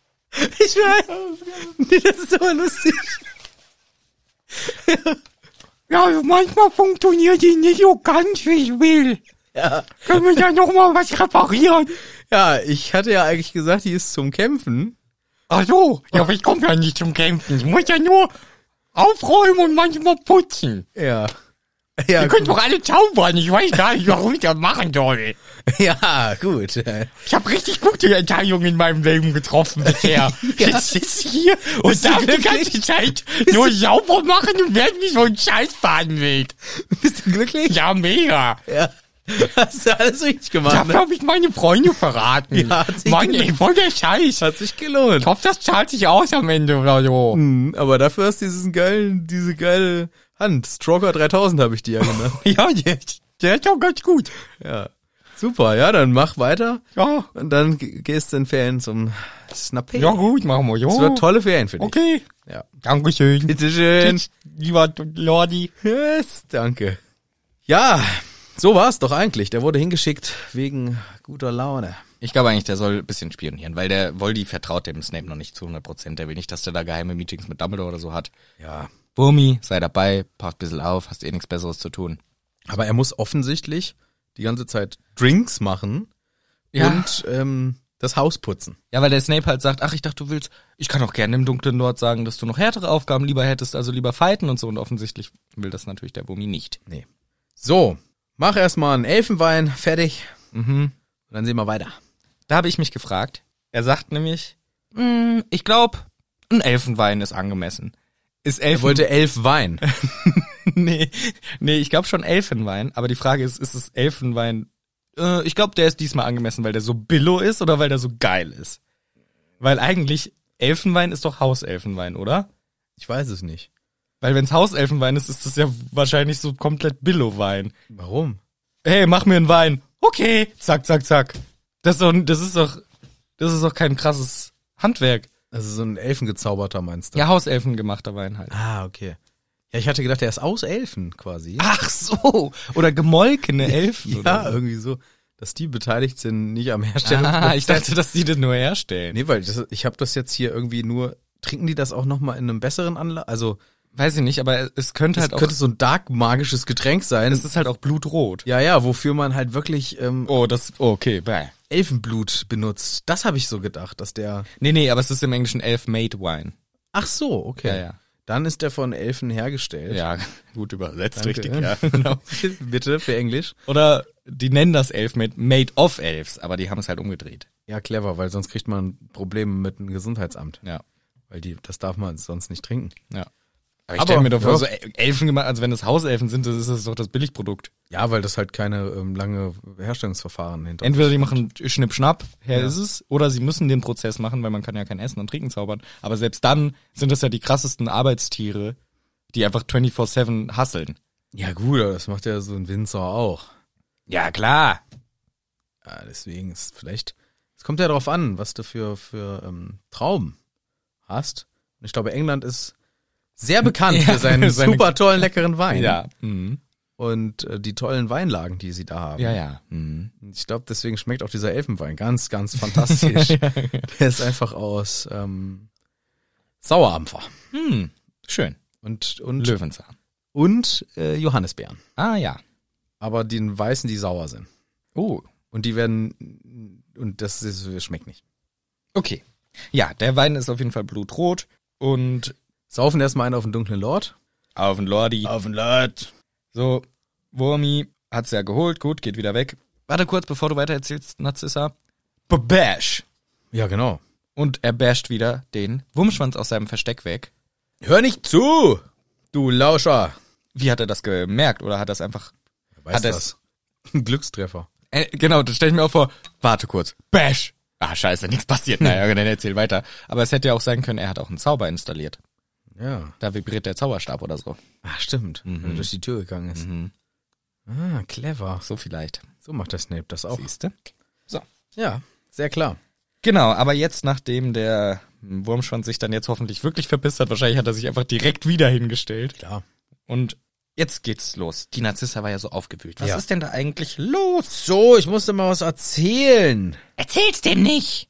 Nee, das ist aber lustig. Ja, manchmal funktioniert die nicht so ganz, wie ich will. Ja. Können wir da noch mal was reparieren? Ja, ich hatte ja eigentlich gesagt, die ist zum Kämpfen. Ach so. Ja, aber ich komme ja nicht zum Kämpfen. Ich muss ja nur aufräumen und manchmal putzen. Ja. Ihr könnt doch alle zaubern. Ich weiß gar nicht, warum ich das machen soll. Ja, gut. Ich habe richtig gute Entscheidungen in meinem Leben getroffen bisher. Ja. Jetzt sitze ich hier und darf die ganze Zeit nur sauber machen und werde wie so ein Scheiß behandelt. Bist du glücklich? Ja, mega. Ja. Hast du alles richtig gemacht, Dafür habe ich meine Freunde verraten. Ja, hat sich Mann, gelohnt. ey, voll der Scheiß. Hat sich gelohnt. Ich hoffe, das zahlt sich aus am Ende oder so. Aber dafür hast du diese geile Hand. Stroker 3000 habe ich dir ja genannt. Ja, der ist doch ganz gut. Ja. Super, ja, dann mach weiter. Ja. Und dann gehst du in Ferien zum Snappy. Ja gut, machen wir. Jo. Das wird tolle Ferien für dich. Okay. Ja. Dankeschön. Bitteschön. Lieber Lordi. Yes, danke. Ja, so war's doch eigentlich. Der wurde hingeschickt wegen guter Laune. Ich glaube eigentlich, der soll ein bisschen spionieren, weil der Voldy vertraut dem Snape noch nicht zu 100%. Der will nicht, dass der da geheime Meetings mit Dumbledore oder so hat. Ja. Burmi, sei dabei, pass ein bisschen auf, hast eh nichts Besseres zu tun. Aber er muss offensichtlich die ganze Zeit Drinks machen Ja. und das Haus putzen. Ja, weil der Snape halt sagt, ach, ich dachte, ich kann auch gerne im dunklen Lord sagen, dass du noch härtere Aufgaben lieber hättest, also lieber fighten und so. Und offensichtlich will das natürlich der Burmi nicht. Nee. So, mach erstmal einen Elfenwein, fertig. Und dann sehen wir weiter. Da habe ich mich gefragt. Er sagt nämlich, ich glaube, ein Elfenwein ist angemessen. Er wollte 11 Wein. nee, ich glaube schon Elfenwein. Aber die Frage ist es Elfenwein? Ich glaube, der ist diesmal angemessen, weil der so billo ist oder weil der so geil ist. Weil eigentlich Elfenwein ist doch Hauselfenwein, oder? Ich weiß es nicht. Weil wenn's Hauselfenwein ist, ist das ja wahrscheinlich so komplett Billo-Wein. Warum? Hey, mach mir einen Wein. Okay, zack, zack, zack. Das ist doch kein krasses Handwerk. Also so ein Elfengezauberter meinst du? Ja, Hauselfen gemachter Wein halt. Ah, okay. Ja, ich hatte gedacht, der ist aus Elfen quasi. Ach so. Oder gemolkene Elfen. Ja, oder so. irgendwie so. Dass die beteiligt sind, nicht am Herstellen. Ich dachte, dass die das nur herstellen. Nee, weil ich habe das jetzt hier irgendwie nur... Trinken die das auch nochmal in einem besseren Anlass? Also... Weiß ich nicht, aber es könnte halt auch... könnte so ein dark magisches Getränk sein. Es ist halt auch blutrot. Ja, wofür man halt wirklich Okay, bäh. Elfenblut benutzt. Das habe ich so gedacht, dass der... Nee, aber es ist im Englischen Elf-Made Wine. Ach so, okay. Ja. Dann ist der von Elfen hergestellt. Ja, gut übersetzt, Danke. richtig, ja. Genau. Bitte, für Englisch. Oder die nennen das Made of Elves, aber die haben es halt umgedreht. Ja, clever, weil sonst kriegt man Probleme mit dem Gesundheitsamt. Ja. Weil das darf man sonst nicht trinken. Ja. Aber ich stelle mir doch vor, so Elfen gemacht, also wenn das Hauselfen sind, das ist das doch das Billigprodukt. Ja, weil das halt keine lange Herstellungsverfahren hinter. Entweder die machen Schnipp-Schnapp, ist es, oder sie müssen den Prozess machen, weil man kann ja kein Essen und Trinken zaubern. Aber selbst dann sind das ja die krassesten Arbeitstiere, die einfach 24/7 hustlen. Ja gut, aber das macht ja so ein Winzer auch. Ja, klar. Ja, deswegen ist vielleicht, es kommt ja drauf an, was du für Trauben hast. Und ich glaube, England ist sehr bekannt für seinen super tollen, leckeren Wein. Ja. Und die tollen Weinlagen, die sie da haben. Ja. Ich glaube, deswegen schmeckt auch dieser Elfenwein ganz, ganz fantastisch. Der ist einfach aus Sauerampfer. Schön. Und Löwenzahn. Und Johannisbeeren. Ah, ja. Aber den weißen, die sauer sind. Oh. Und die werden, und das schmeckt nicht. Okay. Ja, der Wein ist auf jeden Fall blutrot und Saufen erstmal einen auf den dunklen Lord. Auf den Lordi. Auf den Lord. So, Wurmi hat's ja geholt, gut, geht wieder weg. Warte kurz, bevor du weiter erzählst, Narzissa. Bash. Ja, genau. Und er basht wieder den Wurmschwanz aus seinem Versteck weg. Hör nicht zu, du Lauscher. Wie hat er das gemerkt? Oder hat er es einfach... Weißt du das? Ein Glückstreffer. Genau, das stelle ich mir auch vor. Warte kurz. Bash. Ah, scheiße, nichts passiert. Naja, dann erzähl weiter. Aber es hätte ja auch sein können, er hat auch einen Zauber installiert. Ja. Da vibriert der Zauberstab oder so. Ach, stimmt. Wenn er durch die Tür gegangen ist. Ah, clever. So vielleicht. So macht der Snape das auch. Siehste? So. Ja, sehr klar. Genau, aber jetzt, nachdem der Wurmschwanz sich dann jetzt hoffentlich wirklich verpisst hat, wahrscheinlich hat er sich einfach direkt wieder hingestellt. Klar. Und jetzt geht's los. Die Narzissa war ja so aufgewühlt. Was Ja. ist denn da eigentlich los? So, ich musste mal was erzählen. Erzähl's denn nicht.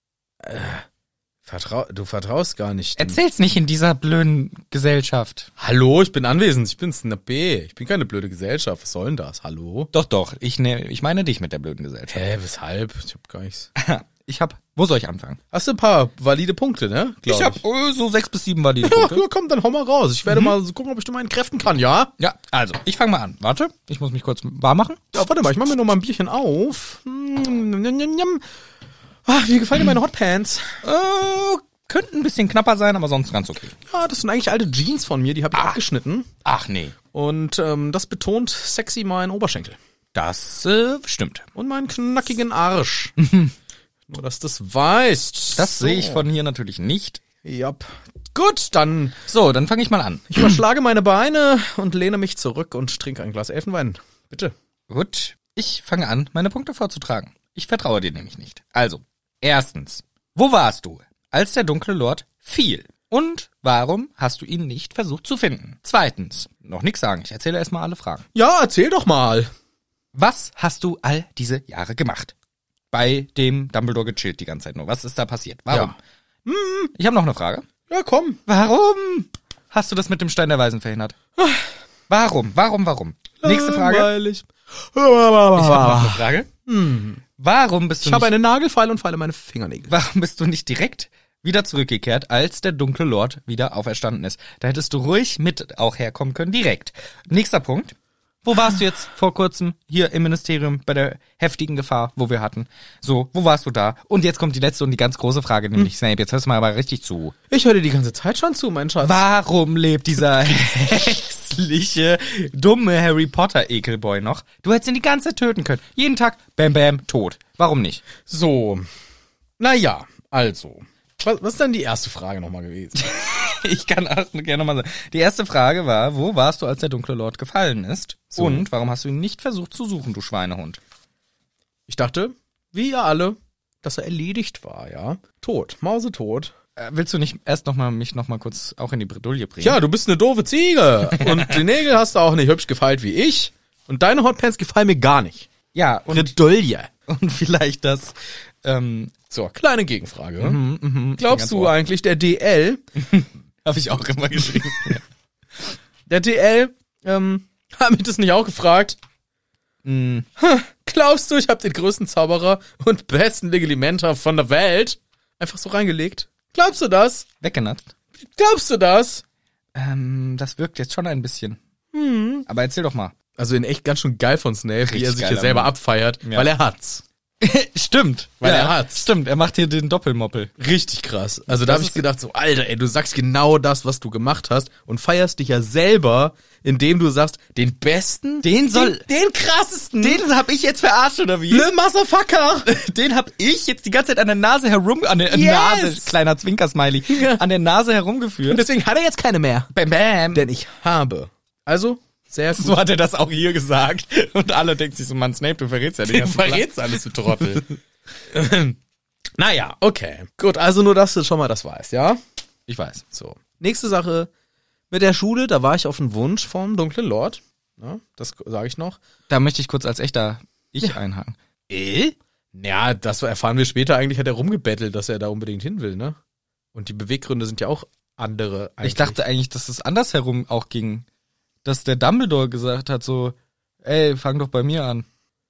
Du vertraust gar nicht. Erzähl's nicht in dieser blöden Gesellschaft. Hallo, ich bin anwesend. Ich bin Snape. Ich bin keine blöde Gesellschaft. Was soll denn das? Hallo? Doch. Ich meine dich mit der blöden Gesellschaft. Hä, weshalb? Ich hab gar nichts. Wo soll ich anfangen? Hast du ein paar valide Punkte, ne? Glaub Ich habe so 6 bis 7 valide Ja, Punkte. komm, dann hau mal raus. Ich werde mal so gucken, ob ich dir meinen Kräften kann, ja? Ja, also, ich fange mal an. Warte, ich muss mich kurz warm machen. Ja, warte mal, ich mach mir noch mal ein Bierchen auf. Wie gefallen dir meine Hotpants? Könnten ein bisschen knapper sein, aber sonst ganz okay. Ja, das sind eigentlich alte Jeans von mir, die habe ich abgeschnitten. Ach nee. Und das betont sexy meinen Oberschenkel. Das stimmt. Und meinen knackigen Arsch. Nur, dass du das weißt. Das sehe ich von hier natürlich nicht. Ja. Gut, dann So, dann fange ich mal an. ich überschlage meine Beine und lehne mich zurück und trinke ein Glas Elfenwein. Bitte. Gut, ich fange an, meine Punkte vorzutragen. Ich vertraue dir nämlich nicht. Also, erstens, wo warst du, als der dunkle Lord fiel? Und warum hast du ihn nicht versucht zu finden? Zweitens, noch nix sagen, ich erzähle erstmal alle Fragen. Ja, erzähl doch mal. Was hast du all diese Jahre gemacht? Bei dem Dumbledore gechillt die ganze Zeit nur. Was ist da passiert? Warum? Ich habe noch eine Frage. Ja, komm. Warum hast du das mit dem Stein der Weisen verhindert? Warum? Nächste Frage. Langweilig. Ich habe noch eine Frage. Warum bist du Ich habe nicht, einen Nagelfeil und feile meine Fingernägel. warum bist du nicht direkt wieder zurückgekehrt, als der dunkle Lord wieder auferstanden ist? Da hättest du ruhig mit auch herkommen können, direkt. Nächster Punkt. Wo warst du jetzt vor kurzem hier im Ministerium bei der heftigen Gefahr, wo wir hatten? So, wo warst du da? Und jetzt kommt die letzte und die ganz große Frage, nämlich Snape, jetzt hörst du mal aber richtig zu. Ich höre dir die ganze Zeit schon zu, mein Schatz. Warum lebt dieser hässliche, dumme Harry Potter Ekelboy noch? Du hättest ihn die ganze Zeit töten können. Jeden Tag, bam, bam, tot. Warum nicht? So. Naja, also. Was ist denn die erste Frage nochmal gewesen? Ich kann auch gerne nochmal sagen. Die erste Frage war, wo warst du, als der dunkle Lord gefallen ist? So. Und warum hast du ihn nicht versucht zu suchen, du Schweinehund? Ich dachte, wie ihr alle, dass er erledigt war, ja. Tot, mausetot. Willst du nicht erst mich noch mal kurz auch in die Bredouille bringen? Ja, du bist eine doofe Ziege. Und die Nägel hast du auch nicht hübsch gefeilt wie ich. Und deine Hotpants gefallen mir gar nicht. Ja, und Bredouille. vielleicht das, So, kleine Gegenfrage. Glaubst ganz du ohr. eigentlich, der DL, habe ich auch immer geschrieben. der DL, hat mich das nicht auch gefragt? Glaubst du, ich habe den größten Zauberer und besten Legilimenter von der Welt einfach so reingelegt? Glaubst du das? Weggenatzt. Glaubst du das? Das wirkt jetzt schon ein bisschen. Aber erzähl doch mal. Also in echt ganz schön geil von Snape, wie er sich geil, hier selber Mann. abfeiert, Ja. weil er hat's. Stimmt. Weil er hat's. Stimmt, er macht hier den Doppelmoppel. Richtig krass. Also da Das habe ich ist- gedacht so, Alter, ey, du sagst genau das, was du gemacht hast und feierst dich ja selber, indem du sagst, den besten, den krassesten, Den hab ich jetzt verarscht, oder wie? Le Motherfucker. Den hab ich jetzt die ganze Zeit an der Nase an der Yes! Nase, kleiner Zwinkersmiley, Ja. an der Nase Und herumgeführt. deswegen hat er jetzt keine mehr. Bam, bam. Denn ich habe. Also, sehr gut. So hat er das auch hier gesagt. Und alle denken sich so, Mann, Snape, du verrätst ja den ganzen Plan. alles, du Trottel. Naja, okay. Gut, also nur, dass du schon mal das weißt, ja? Ich weiß. So. Nächste Sache. Mit der Schule, da war ich auf den Wunsch vom dunklen Lord. Ja, das sage ich noch. Da möchte ich kurz als echter einhaken. Ja, das erfahren wir später. Eigentlich hat er rumgebettelt, dass er da unbedingt hin will, ne? Und die Beweggründe sind ja auch andere eigentlich. Ich dachte eigentlich, dass es andersherum auch ging. Dass der Dumbledore gesagt hat so, ey, fang doch bei mir an.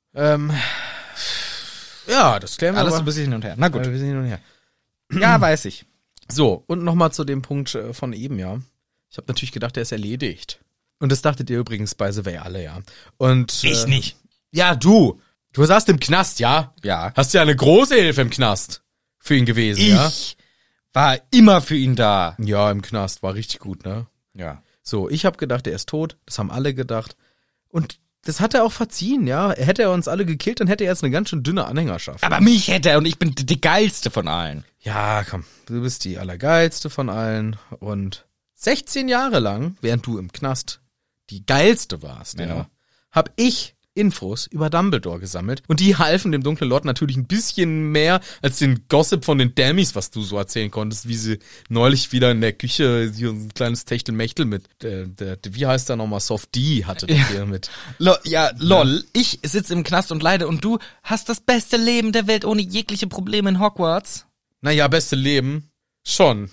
Ja, das klären wir Alles so aber. ein bisschen hin und her. Na gut. Wir sind hin und her. Ja, weiß ich. So, und nochmal zu dem Punkt von eben, ja. Ich habe natürlich gedacht, der ist erledigt. Und das dachtet ihr übrigens by the way alle, ja. Und Ich nicht. Ja, du saßt im Knast, ja? Ja. Hast ja eine große Hilfe im Knast für ihn gewesen, ja? Ich war immer für ihn da. Ja, im Knast war richtig gut, ne? Ja. So, ich habe gedacht, er ist tot. Das haben alle gedacht. Und das hat er auch verziehen, ja. Hätte er uns alle gekillt, dann hätte er jetzt eine ganz schön dünne Anhängerschaft. Aber mich hätte er und ich bin die geilste von allen. Ja, komm, du bist die allergeilste von allen. Und 16 Jahre lang, während du im Knast die geilste warst, ja, hab ich Infos über Dumbledore gesammelt. Und die halfen dem Dunklen Lord natürlich ein bisschen mehr als den Gossip von den Dummies, was du so erzählen konntest, wie sie neulich wieder in der Küche hier ein kleines Techtelmechtel mit, wie heißt der nochmal, Soft D hatte der hier mit. Lol, ich sitze im Knast und leide und du hast das beste Leben der Welt ohne jegliche Probleme in Hogwarts. Naja, beste Leben. Schon.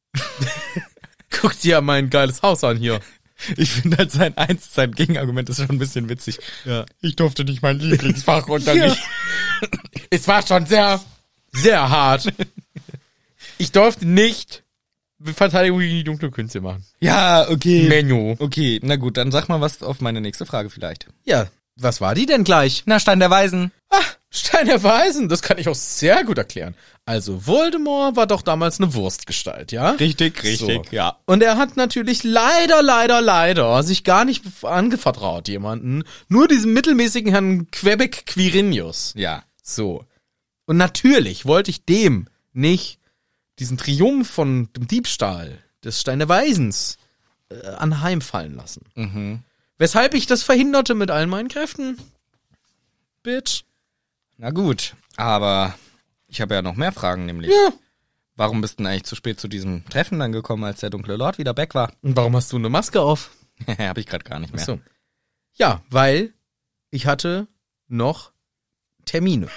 Guck dir mein geiles Haus an hier. Ich finde halt sein Gegenargument ist schon ein bisschen witzig. Ja. Ich durfte nicht mein Lieblingsfach unterrichten. Ja. Es war schon sehr, sehr hart. Ich durfte nicht Verteidigung gegen die dunkle Künste machen. Ja, okay. Menno. Okay, na gut, dann sag mal was auf meine nächste Frage vielleicht. Ja, was war die denn gleich? Na, Stein der Weisen. Stein der Weisen, das kann ich auch sehr gut erklären. Also Voldemort war doch damals eine Wurstgestalt, ja? Richtig, so. Ja. Und er hat natürlich leider sich gar nicht angevertraut jemanden, nur diesem mittelmäßigen Herrn Quebec Quirinius. Ja. So. Und natürlich wollte ich dem nicht diesen Triumph von dem Diebstahl des Stein der Weisens anheimfallen lassen. Mhm. Weshalb ich das verhinderte mit allen meinen Kräften. Bitch. Na gut, aber ich habe ja noch mehr Fragen, nämlich. Ja. Warum bist du denn eigentlich zu spät zu diesem Treffen dann gekommen, als der dunkle Lord wieder back war? Und warum hast du eine Maske auf? Hab ich gerade gar nicht mehr. Ach so. Ja, weil ich hatte noch Termine.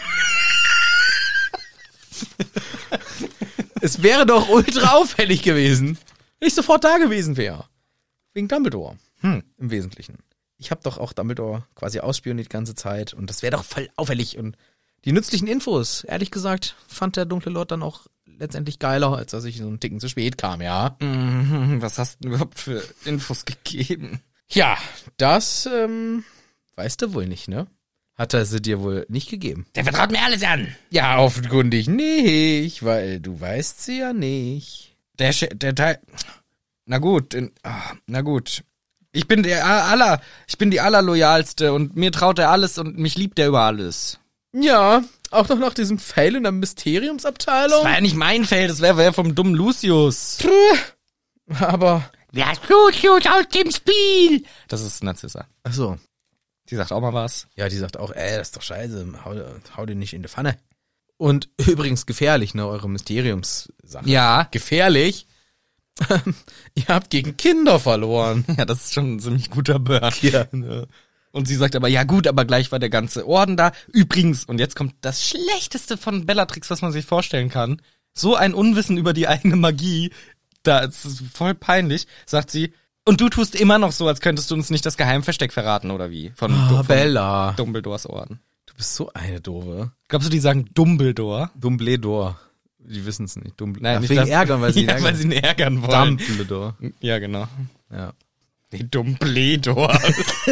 Es wäre doch ultra auffällig gewesen, wenn ich sofort da gewesen wäre. Wegen Dumbledore. Im Wesentlichen. Ich habe doch auch Dumbledore quasi ausspioniert die ganze Zeit und das wäre doch voll auffällig. Und die nützlichen Infos, ehrlich gesagt, fand der dunkle Lord dann auch letztendlich geiler, als dass ich so einen Ticken zu spät kam, ja. Was hast du denn überhaupt für Infos gegeben? Ja, das weißt du wohl nicht, ne? Hat er sie dir wohl nicht gegeben. Der vertraut mir alles an. Ja, offenkundig nicht, weil du weißt sie ja nicht. Der Teil... Na gut. Ich bin die allerloyalste und mir traut er alles und mich liebt er über alles. Ja, auch noch nach diesem Fail in der Mysteriumsabteilung. Das war ja nicht mein Fail, das wäre vom dummen Lucius. Aber... Wer ist Lucius aus dem Spiel? Das ist Narzissa. Ach so. Die sagt auch mal was. Ja, die sagt auch, das ist doch scheiße, hau den nicht in die Pfanne. Und übrigens gefährlich, ne, eure Mysteriumssache. Ja. Gefährlich. Ihr habt gegen Kinder verloren. Ja, das ist schon ein ziemlich guter Burn. Ja. Und sie sagt aber, ja gut, aber gleich war der ganze Orden da. Übrigens, und jetzt kommt das Schlechteste von Bellatrix, was man sich vorstellen kann. So ein Unwissen über die eigene Magie, da ist es voll peinlich, sagt sie. Und du tust immer noch so, als könntest du uns nicht das Geheimversteck verraten, oder wie? Von Bella. Dumbledores Orden. Du bist so eine Doofe. Glaubst du, die sagen Dumbledore? Dumbledore. Die wissen es nicht. Nein, nicht wegen das, ärgern, weil sie ihn ärgern. weil sie ihn ärgern wollen. Dumbledore. Ja, genau. Ja. Nee, Dumbledore.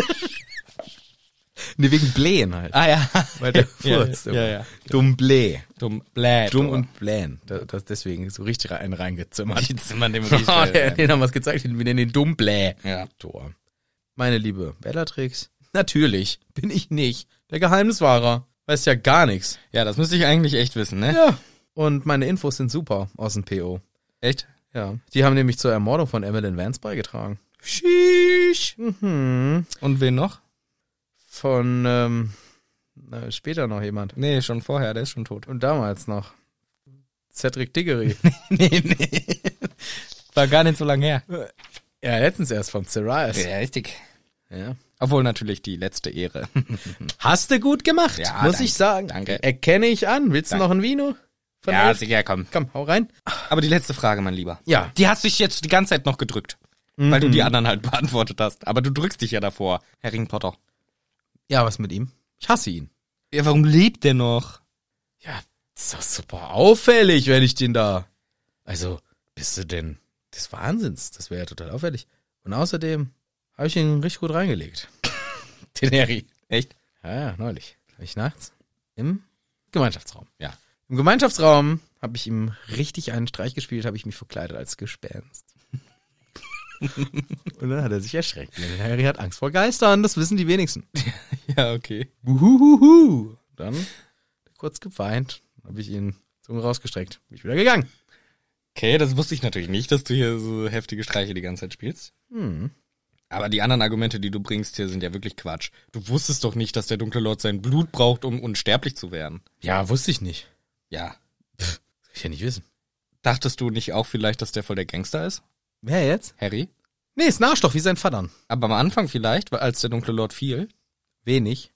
Nee, wegen Blähen halt. Ah ja. Weil der Furz. Ja. Dumblee. Dumbledore. Dumm und Blähen. Das deswegen so richtig reingezimmert. Die zimmern dem Den haben wir es gezeigt, wir nennen den Dummblee. Ja. Tor. Meine liebe Bellatrix, natürlich bin ich nicht der Geheimniswahrer. Weiß ja gar nichts. Ja, das müsste ich eigentlich echt wissen, ne? Ja. Und meine Infos sind super aus dem PO. Echt? Ja. Die haben nämlich zur Ermordung von Emmeline Vance beigetragen. Sheesh. Mhm. Und wen noch? Von, später noch jemand. Nee, schon vorher, der ist schon tot. Und damals noch. Cedric Diggory. nee. War gar nicht so lange her. Ja, letztens erst vom Cerise. Ja, richtig. Ja. Obwohl natürlich die letzte Ehre. Hast du gut gemacht, ja, muss danke, ich sagen. Danke. Erkenne ich an. Willst du noch ein Vino? Ja, sicher, komm. Komm, hau rein. Aber die letzte Frage, mein Lieber. Ja. Die hast dich jetzt die ganze Zeit noch gedrückt. Weil du die anderen halt beantwortet hast. Aber du drückst dich ja davor, Herr Ring Potter. Ja, was mit ihm? Ich hasse ihn. Ja, warum lebt der noch? Ja, ist doch super auffällig, wenn ich den da... Also, bist du denn des Wahnsinns. Das wäre ja total auffällig. Und außerdem habe ich ihn richtig gut reingelegt. Den Harry. Echt? Ja, neulich. Habe ich nachts im Gemeinschaftsraum. Ja. Im Gemeinschaftsraum habe ich ihm richtig einen Streich gespielt, habe ich mich verkleidet als Gespenst. Und dann hat er sich erschreckt. Denn Harry hat Angst vor Geistern, das wissen die wenigsten. Ja, okay. Uhuhuhu. Dann kurz geweint, habe ich ihn Zunge rausgestreckt, bin ich wieder gegangen. Okay, das wusste ich natürlich nicht, dass du hier so heftige Streiche die ganze Zeit spielst. Aber die anderen Argumente, die du bringst hier, sind ja wirklich Quatsch. Du wusstest doch nicht, dass der dunkle Lord sein Blut braucht, um unsterblich zu werden. Ja, wusste ich nicht. Ja. Soll ich ja nicht wissen. Dachtest du nicht auch vielleicht, dass der voll der Gangster ist? Wer jetzt? Harry? Nee, ist ein Arschloch, wie sein Vater. Aber am Anfang vielleicht, als der dunkle Lord fiel. Wenig.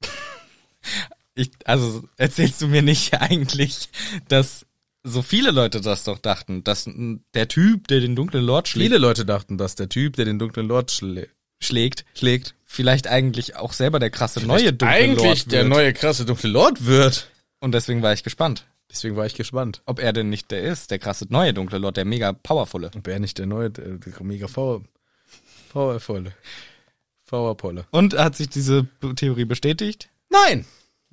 Also erzählst du mir nicht eigentlich, dass so viele Leute das doch dachten, dass der Typ, der den dunklen Lord schlägt. Viele Leute dachten, dass der Typ, der den dunklen Lord schlägt, vielleicht eigentlich auch selber der krasse neue dunkle eigentlich Lord wird. der neue krasse dunkle Lord wird. Und deswegen war ich gespannt. Ob er denn nicht der ist, der krasse neue dunkle Lord, der mega powervolle. Ob er nicht der neue, der mega powervolle. Und hat sich diese Theorie bestätigt? Nein.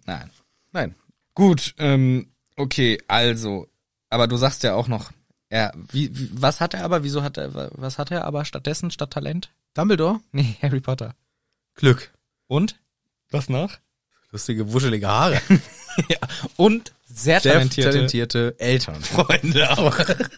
Gut, okay, also, aber du sagst ja auch noch, was hat er aber stattdessen, statt Talent? Dumbledore? Nee, Harry Potter. Glück. Und? Was noch? Lustige, wuschelige Haare. Ja, und sehr talentierte Eltern. Freunde auch.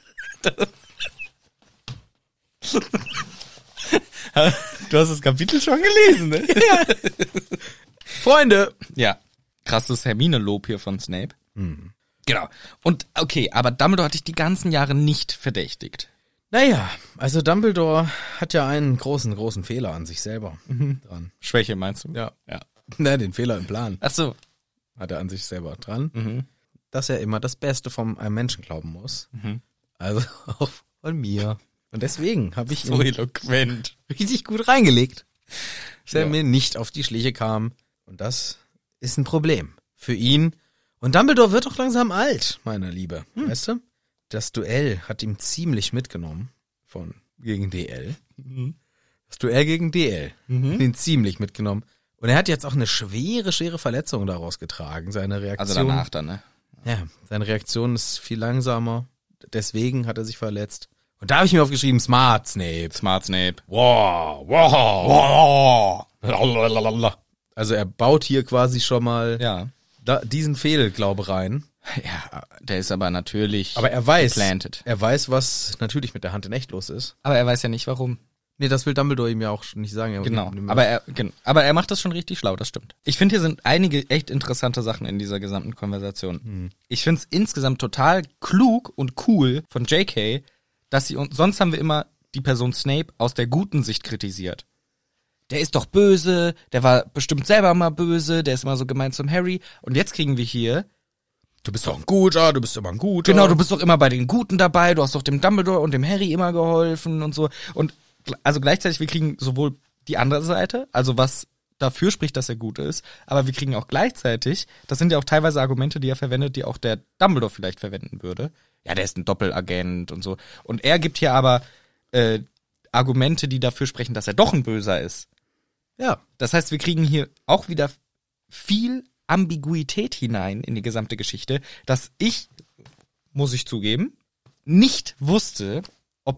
Du hast das Kapitel schon gelesen, ne? Ja. Freunde. Ja. Krasses Hermine-Lob hier von Snape. Mhm. Genau. Und okay, aber Dumbledore hatte ich die ganzen Jahre nicht verdächtigt. Naja, also Dumbledore hat ja einen großen Fehler an sich selber dran. Schwäche meinst du? Ja. Ja. Na, den Fehler im Plan. Ach so. Hat er an sich selber dran, dass er immer das Beste von einem Menschen glauben muss. Also auch von mir. Und deswegen habe ich so eloquent richtig gut reingelegt, dass er mir nicht auf die Schliche kam. Und das ist ein Problem für ihn. Und Dumbledore wird auch langsam alt, meine Liebe. Weißt du? Das Duell hat ihm ziemlich mitgenommen gegen DL. Das Duell gegen DL hat ihn ziemlich mitgenommen. Und er hat jetzt auch eine schwere Verletzung daraus getragen. Seine Reaktion. Also danach dann, ne? Ja, seine Reaktion ist viel langsamer. Deswegen hat er sich verletzt. Und da habe ich mir aufgeschrieben, Smart Snape. Wow. Also er baut hier quasi schon mal diesen Fehlglaube rein. Ja, der ist aber natürlich aber er weiß, geplantet. Er weiß, was natürlich mit der Hand in echt los ist. Aber er weiß ja nicht, warum. Nee, das will Dumbledore ihm ja auch nicht sagen. Genau, aber er macht das schon richtig schlau, das stimmt. Ich finde, hier sind einige echt interessante Sachen in dieser gesamten Konversation. Ich finde es insgesamt total klug und cool von JK, dass sonst haben wir immer die Person Snape aus der guten Sicht kritisiert. Der ist doch böse, der war bestimmt selber mal böse, der ist immer so gemein zum Harry. Und jetzt kriegen wir hier, du bist doch ein Guter, du bist immer ein Guter. Genau, du bist doch immer bei den Guten dabei, du hast doch dem Dumbledore und dem Harry immer geholfen und so. Und also gleichzeitig, wir kriegen sowohl die andere Seite, also was dafür spricht, dass er gut ist, aber wir kriegen auch gleichzeitig, das sind ja auch teilweise Argumente, die er verwendet, die auch der Dumbledore vielleicht verwenden würde. Ja, der ist ein Doppelagent und so. Und er gibt hier aber Argumente, die dafür sprechen, dass er doch ein Böser ist. Ja. Das heißt, wir kriegen hier auch wieder viel Ambiguität hinein in die gesamte Geschichte, dass ich, muss ich zugeben, nicht wusste, ob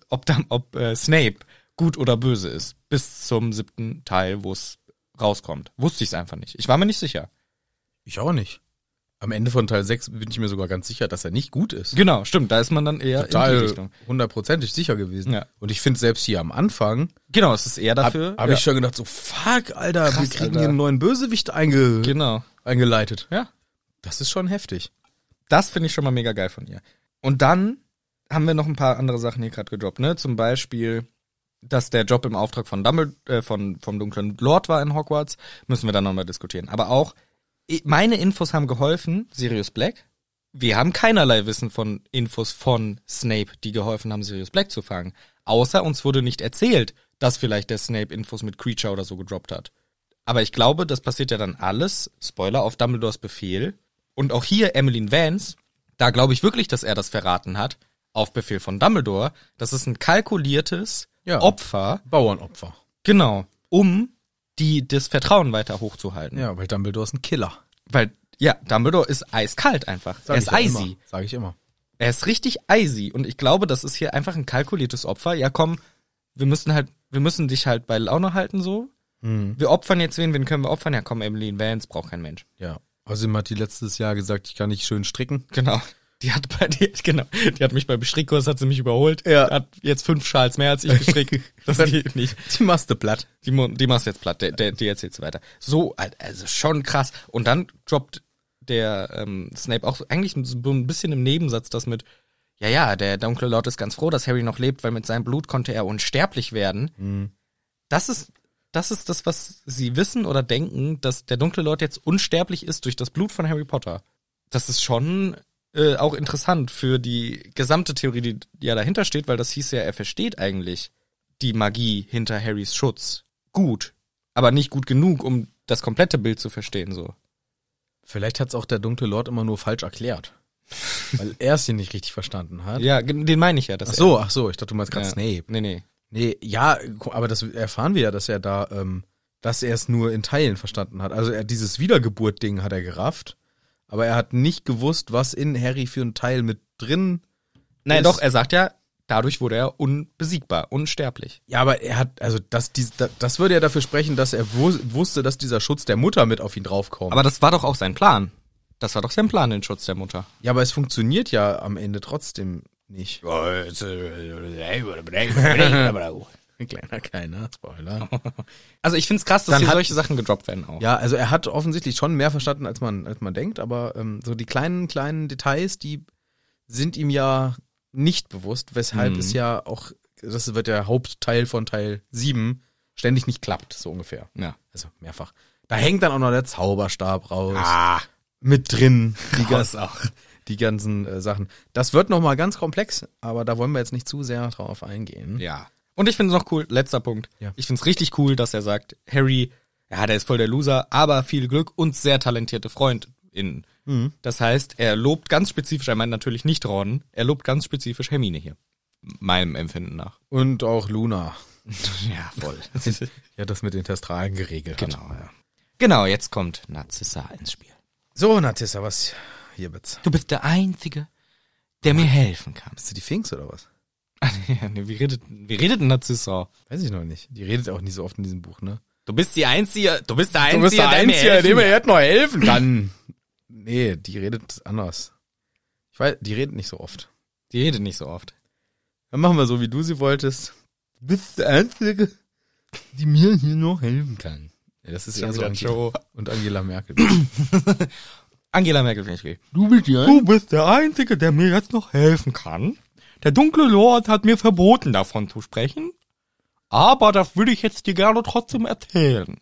Snape gut oder böse ist, bis zum 7. Teil, wo es rauskommt. Wusste ich es einfach nicht. Ich war mir nicht sicher. Ich auch nicht. Am Ende von Teil 6 bin ich mir sogar ganz sicher, dass er nicht gut ist. Genau, stimmt. Da ist man dann eher total in die Richtung. 100%ig sicher gewesen. Ja. Und ich finde selbst hier am Anfang. Genau, es ist eher dafür. Hab ich schon gedacht, so fuck, Alter, krass, wir kriegen Alter. hier einen neuen Bösewicht eingeleitet. Ja. Das ist schon heftig. Das finde ich schon mal mega geil von ihr. Und dann haben wir noch ein paar andere Sachen hier gerade gedroppt, ne? Zum Beispiel, dass der Job im Auftrag von vom dunklen Lord war in Hogwarts. Müssen wir dann nochmal diskutieren. Aber auch, meine Infos haben geholfen, Sirius Black. Wir haben keinerlei Wissen von Infos von Snape, die geholfen haben, Sirius Black zu fangen. Außer uns wurde nicht erzählt, dass vielleicht der Snape Infos mit Creature oder so gedroppt hat. Aber ich glaube, das passiert ja dann alles, Spoiler, auf Dumbledores Befehl. Und auch hier Emmeline Vance, da glaube ich wirklich, dass er das verraten hat. auf Befehl von Dumbledore. Das ist ein kalkuliertes Ja. Opfer. Bauernopfer. Genau. Um das Vertrauen weiter hochzuhalten. Ja, weil Dumbledore ist ein Killer. Weil, Dumbledore ist eiskalt einfach. Er ist icy. Sag ich immer. Er ist richtig icy. Und ich glaube, das ist hier einfach ein kalkuliertes Opfer. Ja, komm, wir müssen dich halt bei Laune halten, so. Wir opfern jetzt wen können wir opfern? Ja, komm, Emmeline Vance braucht kein Mensch. Ja. Außerdem hat die letztes Jahr gesagt, ich kann nicht schön stricken. Genau. Die hat mich beim Strickkurs, hat sie mich überholt. Ja. Hat jetzt 5 Schals mehr als ich gestrickt. Das geht nicht. Die machst du platt. Die machst jetzt platt. Die erzählt's weiter. So, also schon krass. Und dann droppt der Snape auch eigentlich so ein bisschen im Nebensatz das mit, der dunkle Lord ist ganz froh, dass Harry noch lebt, weil mit seinem Blut konnte er unsterblich werden. Mhm. Das ist das, was sie wissen oder denken, dass der dunkle Lord jetzt unsterblich ist durch das Blut von Harry Potter. Das ist schon auch interessant für die gesamte Theorie, die ja dahinter steht, weil das hieß ja, er versteht eigentlich die Magie hinter Harrys Schutz. Gut, aber nicht gut genug, um das komplette Bild zu verstehen, so. Vielleicht hat's auch der dunkle Lord immer nur falsch erklärt. Weil er es hier nicht richtig verstanden hat. Ja, den meine ich ja. Ach so, ich dachte, du meinst gerade Snape. Nee. Nee, ja, aber das erfahren wir ja, dass er da, dass er es nur in Teilen verstanden hat. Also dieses Wiedergeburt-Ding hat er gerafft, aber er hat nicht gewusst, was in Harry für ein Teil mit drin Nein, ist. doch, er sagt ja, dadurch wurde er unbesiegbar, unsterblich. Ja, aber er hat, also das würde ja dafür sprechen, dass er wusste, dass dieser Schutz der Mutter mit auf ihn draufkommt. Aber das war doch auch sein Plan. Das war doch sein Plan, den Schutz der Mutter. Ja, aber es funktioniert ja am Ende trotzdem nicht. Kleiner Spoiler. Also ich find's krass, dass Dann hier hat- solche Sachen gedroppt werden auch. Ja, also er hat offensichtlich schon mehr verstanden, als man denkt, aber so die kleinen Details, die sind ihm ja nicht bewusst, weshalb es ja auch, das wird der Hauptteil von Teil 7, ständig nicht klappt, so ungefähr. Ja. Also mehrfach. Da hängt dann auch noch der Zauberstab raus. Mit drin. Die ganzen Sachen. Das wird nochmal ganz komplex, aber da wollen wir jetzt nicht zu sehr drauf eingehen. Ja. Und ich finde es noch cool, letzter Punkt. Ja. Ich finde es richtig cool, dass er sagt, Harry, ja, der ist voll der Loser, aber viel Glück und sehr talentierte FreundInnen. Das heißt, er lobt ganz spezifisch, er meint natürlich nicht Ron, er lobt ganz spezifisch Hermine hier. Meinem Empfinden nach. Und auch Luna. Ja, voll. Ja, das mit den Testralen geregelt hat. Genau, ja. Genau, jetzt kommt Narcissa ins Spiel. So, Narcissa, was hier bitte? Du bist der Einzige, der mir helfen kann. Bist du die Finks oder was? Ja, nee, wie redet denn Narcissa? Weiß ich noch nicht. Die redet auch nicht so oft in diesem Buch, ne? Du bist der Einzige, der mir jetzt noch helfen kann. Nee, die redet anders. Ich weiß, die redet nicht so oft. Die redet nicht so oft. Dann machen wir so, wie du sie wolltest. Du bist der Einzige, die mir hier noch helfen kann. Ja, das ist ja so Show. Und Angela Merkel. Angela Merkel finde ich gut. Du bist der Einzige, der mir jetzt noch helfen kann. Der dunkle Lord hat mir verboten, davon zu sprechen. Aber das würde ich jetzt dir gerne trotzdem erzählen.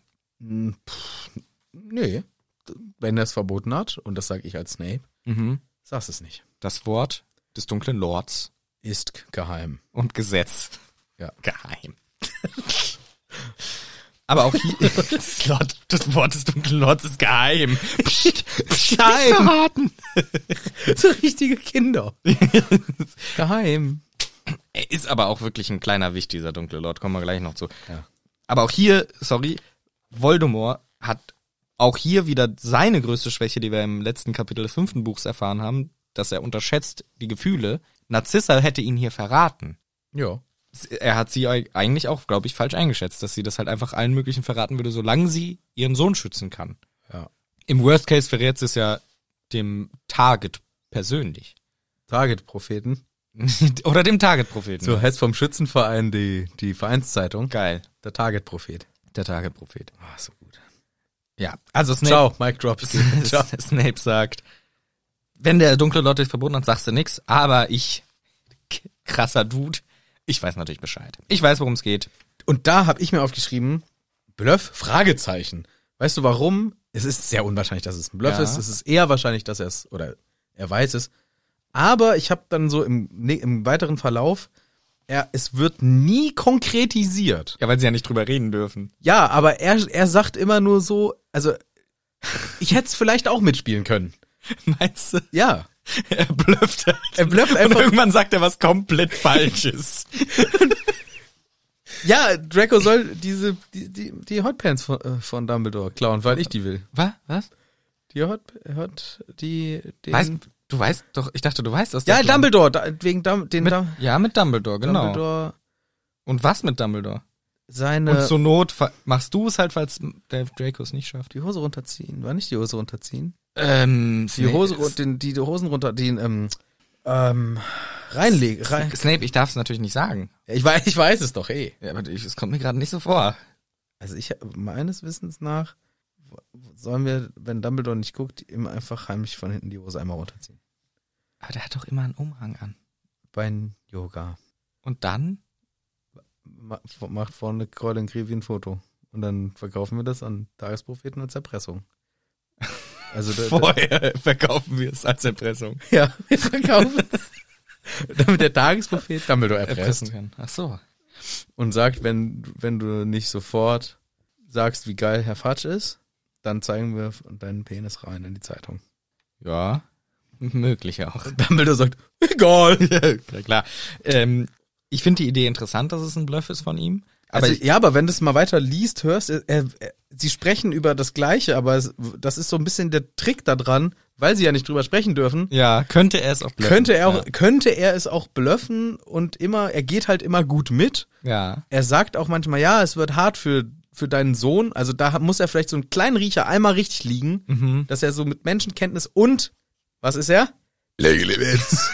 Nee. Wenn er es verboten hat, und das sage ich als Snape, sag's es nicht. Das Wort des dunklen Lords Ist geheim. und Gesetz. Ja. Geheim. Aber auch hier, das Wort des dunklen Lords ist geheim. Psst, Geheim. verraten. So richtige Kinder. Geheim. Er ist aber auch wirklich ein kleiner Wicht, dieser dunkle Lord, kommen wir gleich noch zu. Ja. Aber auch hier, Voldemort hat auch hier wieder seine größte Schwäche, die wir im letzten Kapitel des 5. Buchs erfahren haben, dass er unterschätzt die Gefühle. Narcissa hätte ihn hier verraten. Ja. Er hat sie eigentlich auch, glaube ich, falsch eingeschätzt, dass sie das halt einfach allen möglichen verraten würde, solange sie ihren Sohn schützen kann. Ja. Im Worst Case verrät sie es ja dem Target persönlich. Target-Propheten. Oder dem Target-Propheten. So heißt vom Schützenverein die Vereinszeitung. Geil. Der Target-Prophet. Der Target-Prophet. Ah, so gut. Ja, also Snape. Ciao, Mic Drop. Ciao. Snape sagt, wenn der dunkle Lord dich verboten hat, sagst du nix, aber ich, krasser Dude, ich weiß natürlich Bescheid. Ich weiß, worum es geht. Und da habe ich mir aufgeschrieben, Bluff, Fragezeichen. Weißt du warum? Es ist sehr unwahrscheinlich, dass es ein Bluff Ja. ist. Es ist eher wahrscheinlich, dass er es, oder er weiß es. Aber ich habe dann so im weiteren Verlauf, es wird nie konkretisiert. Ja, weil sie ja nicht drüber reden dürfen. Ja, aber er sagt immer nur so, also ich hätte es vielleicht auch mitspielen können. Meinst du? Ja. Er blufft halt. Er blufft einfach. Und irgendwann sagt er was komplett Falsches. Ja, Draco soll die Hotpants von Dumbledore klauen, weil ich die will. Was? Du weißt doch, ich dachte, du weißt das. Ja, Dumbledore, mit Dumbledore, genau. Dumbledore. Und was mit Dumbledore? Und zur Not machst du es halt, falls der Draco es nicht schafft. Die Hose runterziehen. War nicht die Hose runterziehen? Die Hosen runter, reinlegen. Snape, ich darf es natürlich nicht sagen. Ich weiß es doch eh. Ja, aber es kommt mir gerade nicht so vor. Also meines Wissens nach sollen wir, wenn Dumbledore nicht guckt, immer einfach heimlich von hinten die Hose einmal runterziehen. Aber der hat doch immer einen Umhang an. Beim Yoga. Und dann? Macht vorne Kreuz und Grevi ein Foto. Und dann verkaufen wir das an Tagespropheten als Erpressung. Also vorher verkaufen wir es als Erpressung. Ja, wir verkaufen es. Damit der Tagesprophet Dumbledore erpressen kann. Ach so. Und sagt, wenn du nicht sofort sagst, wie geil Herr Fatsch ist, dann zeigen wir deinen Penis rein in die Zeitung. Ja, möglich auch. Und Dumbledore sagt, egal. Ja, klar. Ich finde die Idee interessant, dass es ein Bluff ist von ihm. Aber aber wenn du es mal weiter liest, hörst, sie sprechen über das Gleiche, aber das ist so ein bisschen der Trick da dran, weil sie ja nicht drüber sprechen dürfen. Ja, könnte er es auch bluffen. Könnte er es auch bluffen und er geht halt immer gut mit. Ja. Er sagt auch manchmal, ja, es wird hart für deinen Sohn. Also da muss er vielleicht so einen kleinen Riecher einmal richtig liegen, dass er so mit Menschenkenntnis und, was ist er? Legilimens.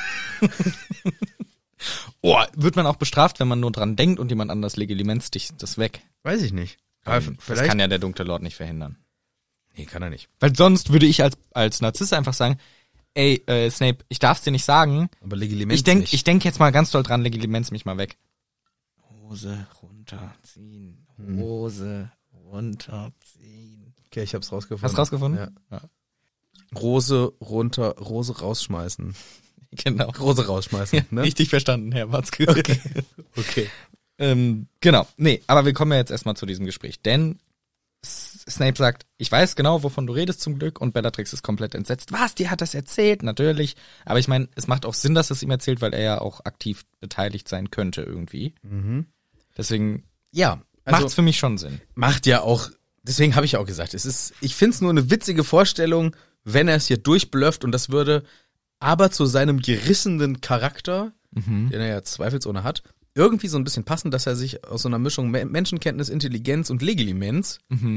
Wird man auch bestraft, wenn man nur dran denkt und jemand anders Legilimens sticht das weg? Weiß ich nicht. Das kann ja der dunkle Lord nicht verhindern. Nee, kann er nicht. Weil sonst würde ich als Narziss einfach sagen, ey, Snape, ich darf's dir nicht sagen. Aber Legilimens ich denk jetzt mal ganz doll dran, Legilimens mich mal weg. Hose runterziehen. Hose runterziehen. Okay, ich hab's rausgefunden. Hast du rausgefunden? Ja. Rose rausschmeißen. Genau. Rose rausschmeißen. Ja, ne? Richtig verstanden, Herr Watzke. Okay. Genau. Nee, aber wir kommen ja jetzt erstmal zu diesem Gespräch. Denn Snape sagt, ich weiß genau, wovon du redest zum Glück. Und Bellatrix ist komplett entsetzt. Was, dir hat das erzählt? Natürlich. Aber ich meine, es macht auch Sinn, dass es ihm erzählt, weil er ja auch aktiv beteiligt sein könnte irgendwie. Deswegen macht's für mich schon Sinn. Macht ja auch, deswegen habe ich ja auch gesagt, ich find's nur eine witzige Vorstellung, wenn er es hier durchblufft und das würde aber zu seinem gerissenen Charakter, den er ja zweifelsohne hat, irgendwie so ein bisschen passen, dass er sich aus so einer Mischung Menschenkenntnis, Intelligenz und Legilimens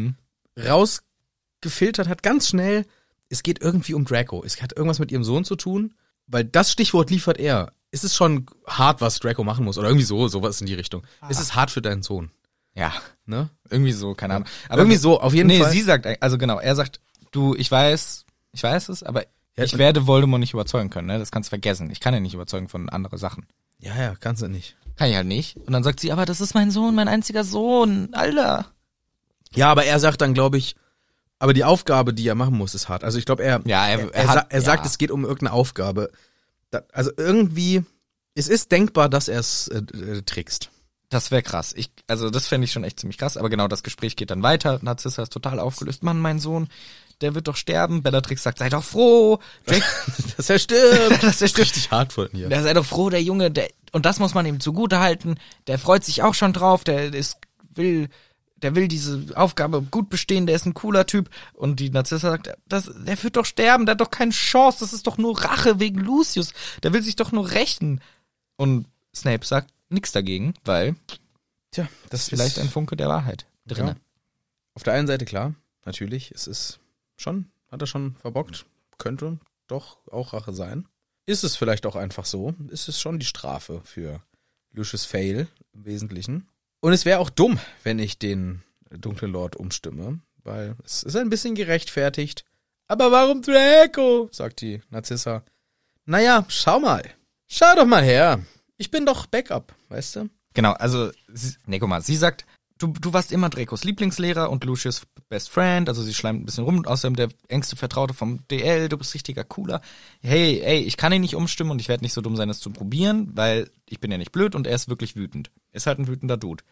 rausgefiltert hat, ganz schnell, es geht irgendwie um Draco. Es hat irgendwas mit ihrem Sohn zu tun, weil das Stichwort liefert er. Es ist schon hart, was Draco machen muss, oder irgendwie sowas in die Richtung. Es ist hart für deinen Sohn. Ja, ne? Irgendwie so, keine Ahnung. Aber irgendwie so, auf jeden Fall. Nee, sie sagt, also genau, er sagt, du, ich weiß es, aber ich werde Voldemort nicht überzeugen können, ne? Das kannst du vergessen. Ich kann ihn nicht überzeugen von anderen Sachen. Ja, kannst du nicht. Kann ich halt nicht. Und dann sagt sie, aber das ist mein Sohn, mein einziger Sohn, Alter. Ja, aber er sagt dann, glaube ich, aber die Aufgabe, die er machen muss, ist hart. Also ich glaube, er sagt, es geht um irgendeine Aufgabe. Also irgendwie, es ist denkbar, dass er es trickst. Das wäre krass. Das fände ich schon echt ziemlich krass. Aber genau, das Gespräch geht dann weiter. Narcissa ist total aufgelöst. Mann, mein Sohn, der wird doch sterben. Bellatrix sagt, sei doch froh. dass er stirbt. Das ist richtig hart von ihr. Ja, sei doch froh, der Junge, und das muss man ihm zugute halten. Der freut sich auch schon drauf. Der will diese Aufgabe gut bestehen. Der ist ein cooler Typ. Und die Narcissa sagt, der wird doch sterben. Der hat doch keine Chance. Das ist doch nur Rache wegen Lucius. Der will sich doch nur rächen. Und Snape sagt nichts dagegen, weil das ist vielleicht ein Funke der Wahrheit drin. Ja. Auf der einen Seite klar, natürlich, hat er schon verbockt, könnte doch auch Rache sein. Ist es vielleicht auch einfach so, ist es schon die Strafe für Lucius Fail im Wesentlichen. Und es wäre auch dumm, wenn ich den dunklen Lord umstimme, weil es ist ein bisschen gerechtfertigt. Aber warum Draco? Sagt die Narcissa. Naja, schau doch mal her. Ich bin doch Backup, weißt du? Genau, also, guck mal, sie sagt, du warst immer Dracos Lieblingslehrer und Lucius Best Friend, also sie schleimt ein bisschen rum, außerdem der engste Vertraute vom DL, du bist richtiger Cooler. Hey, ich kann ihn nicht umstimmen und ich werde nicht so dumm sein, es zu probieren, weil ich bin ja nicht blöd und er ist wirklich wütend. Er ist halt ein wütender Dude.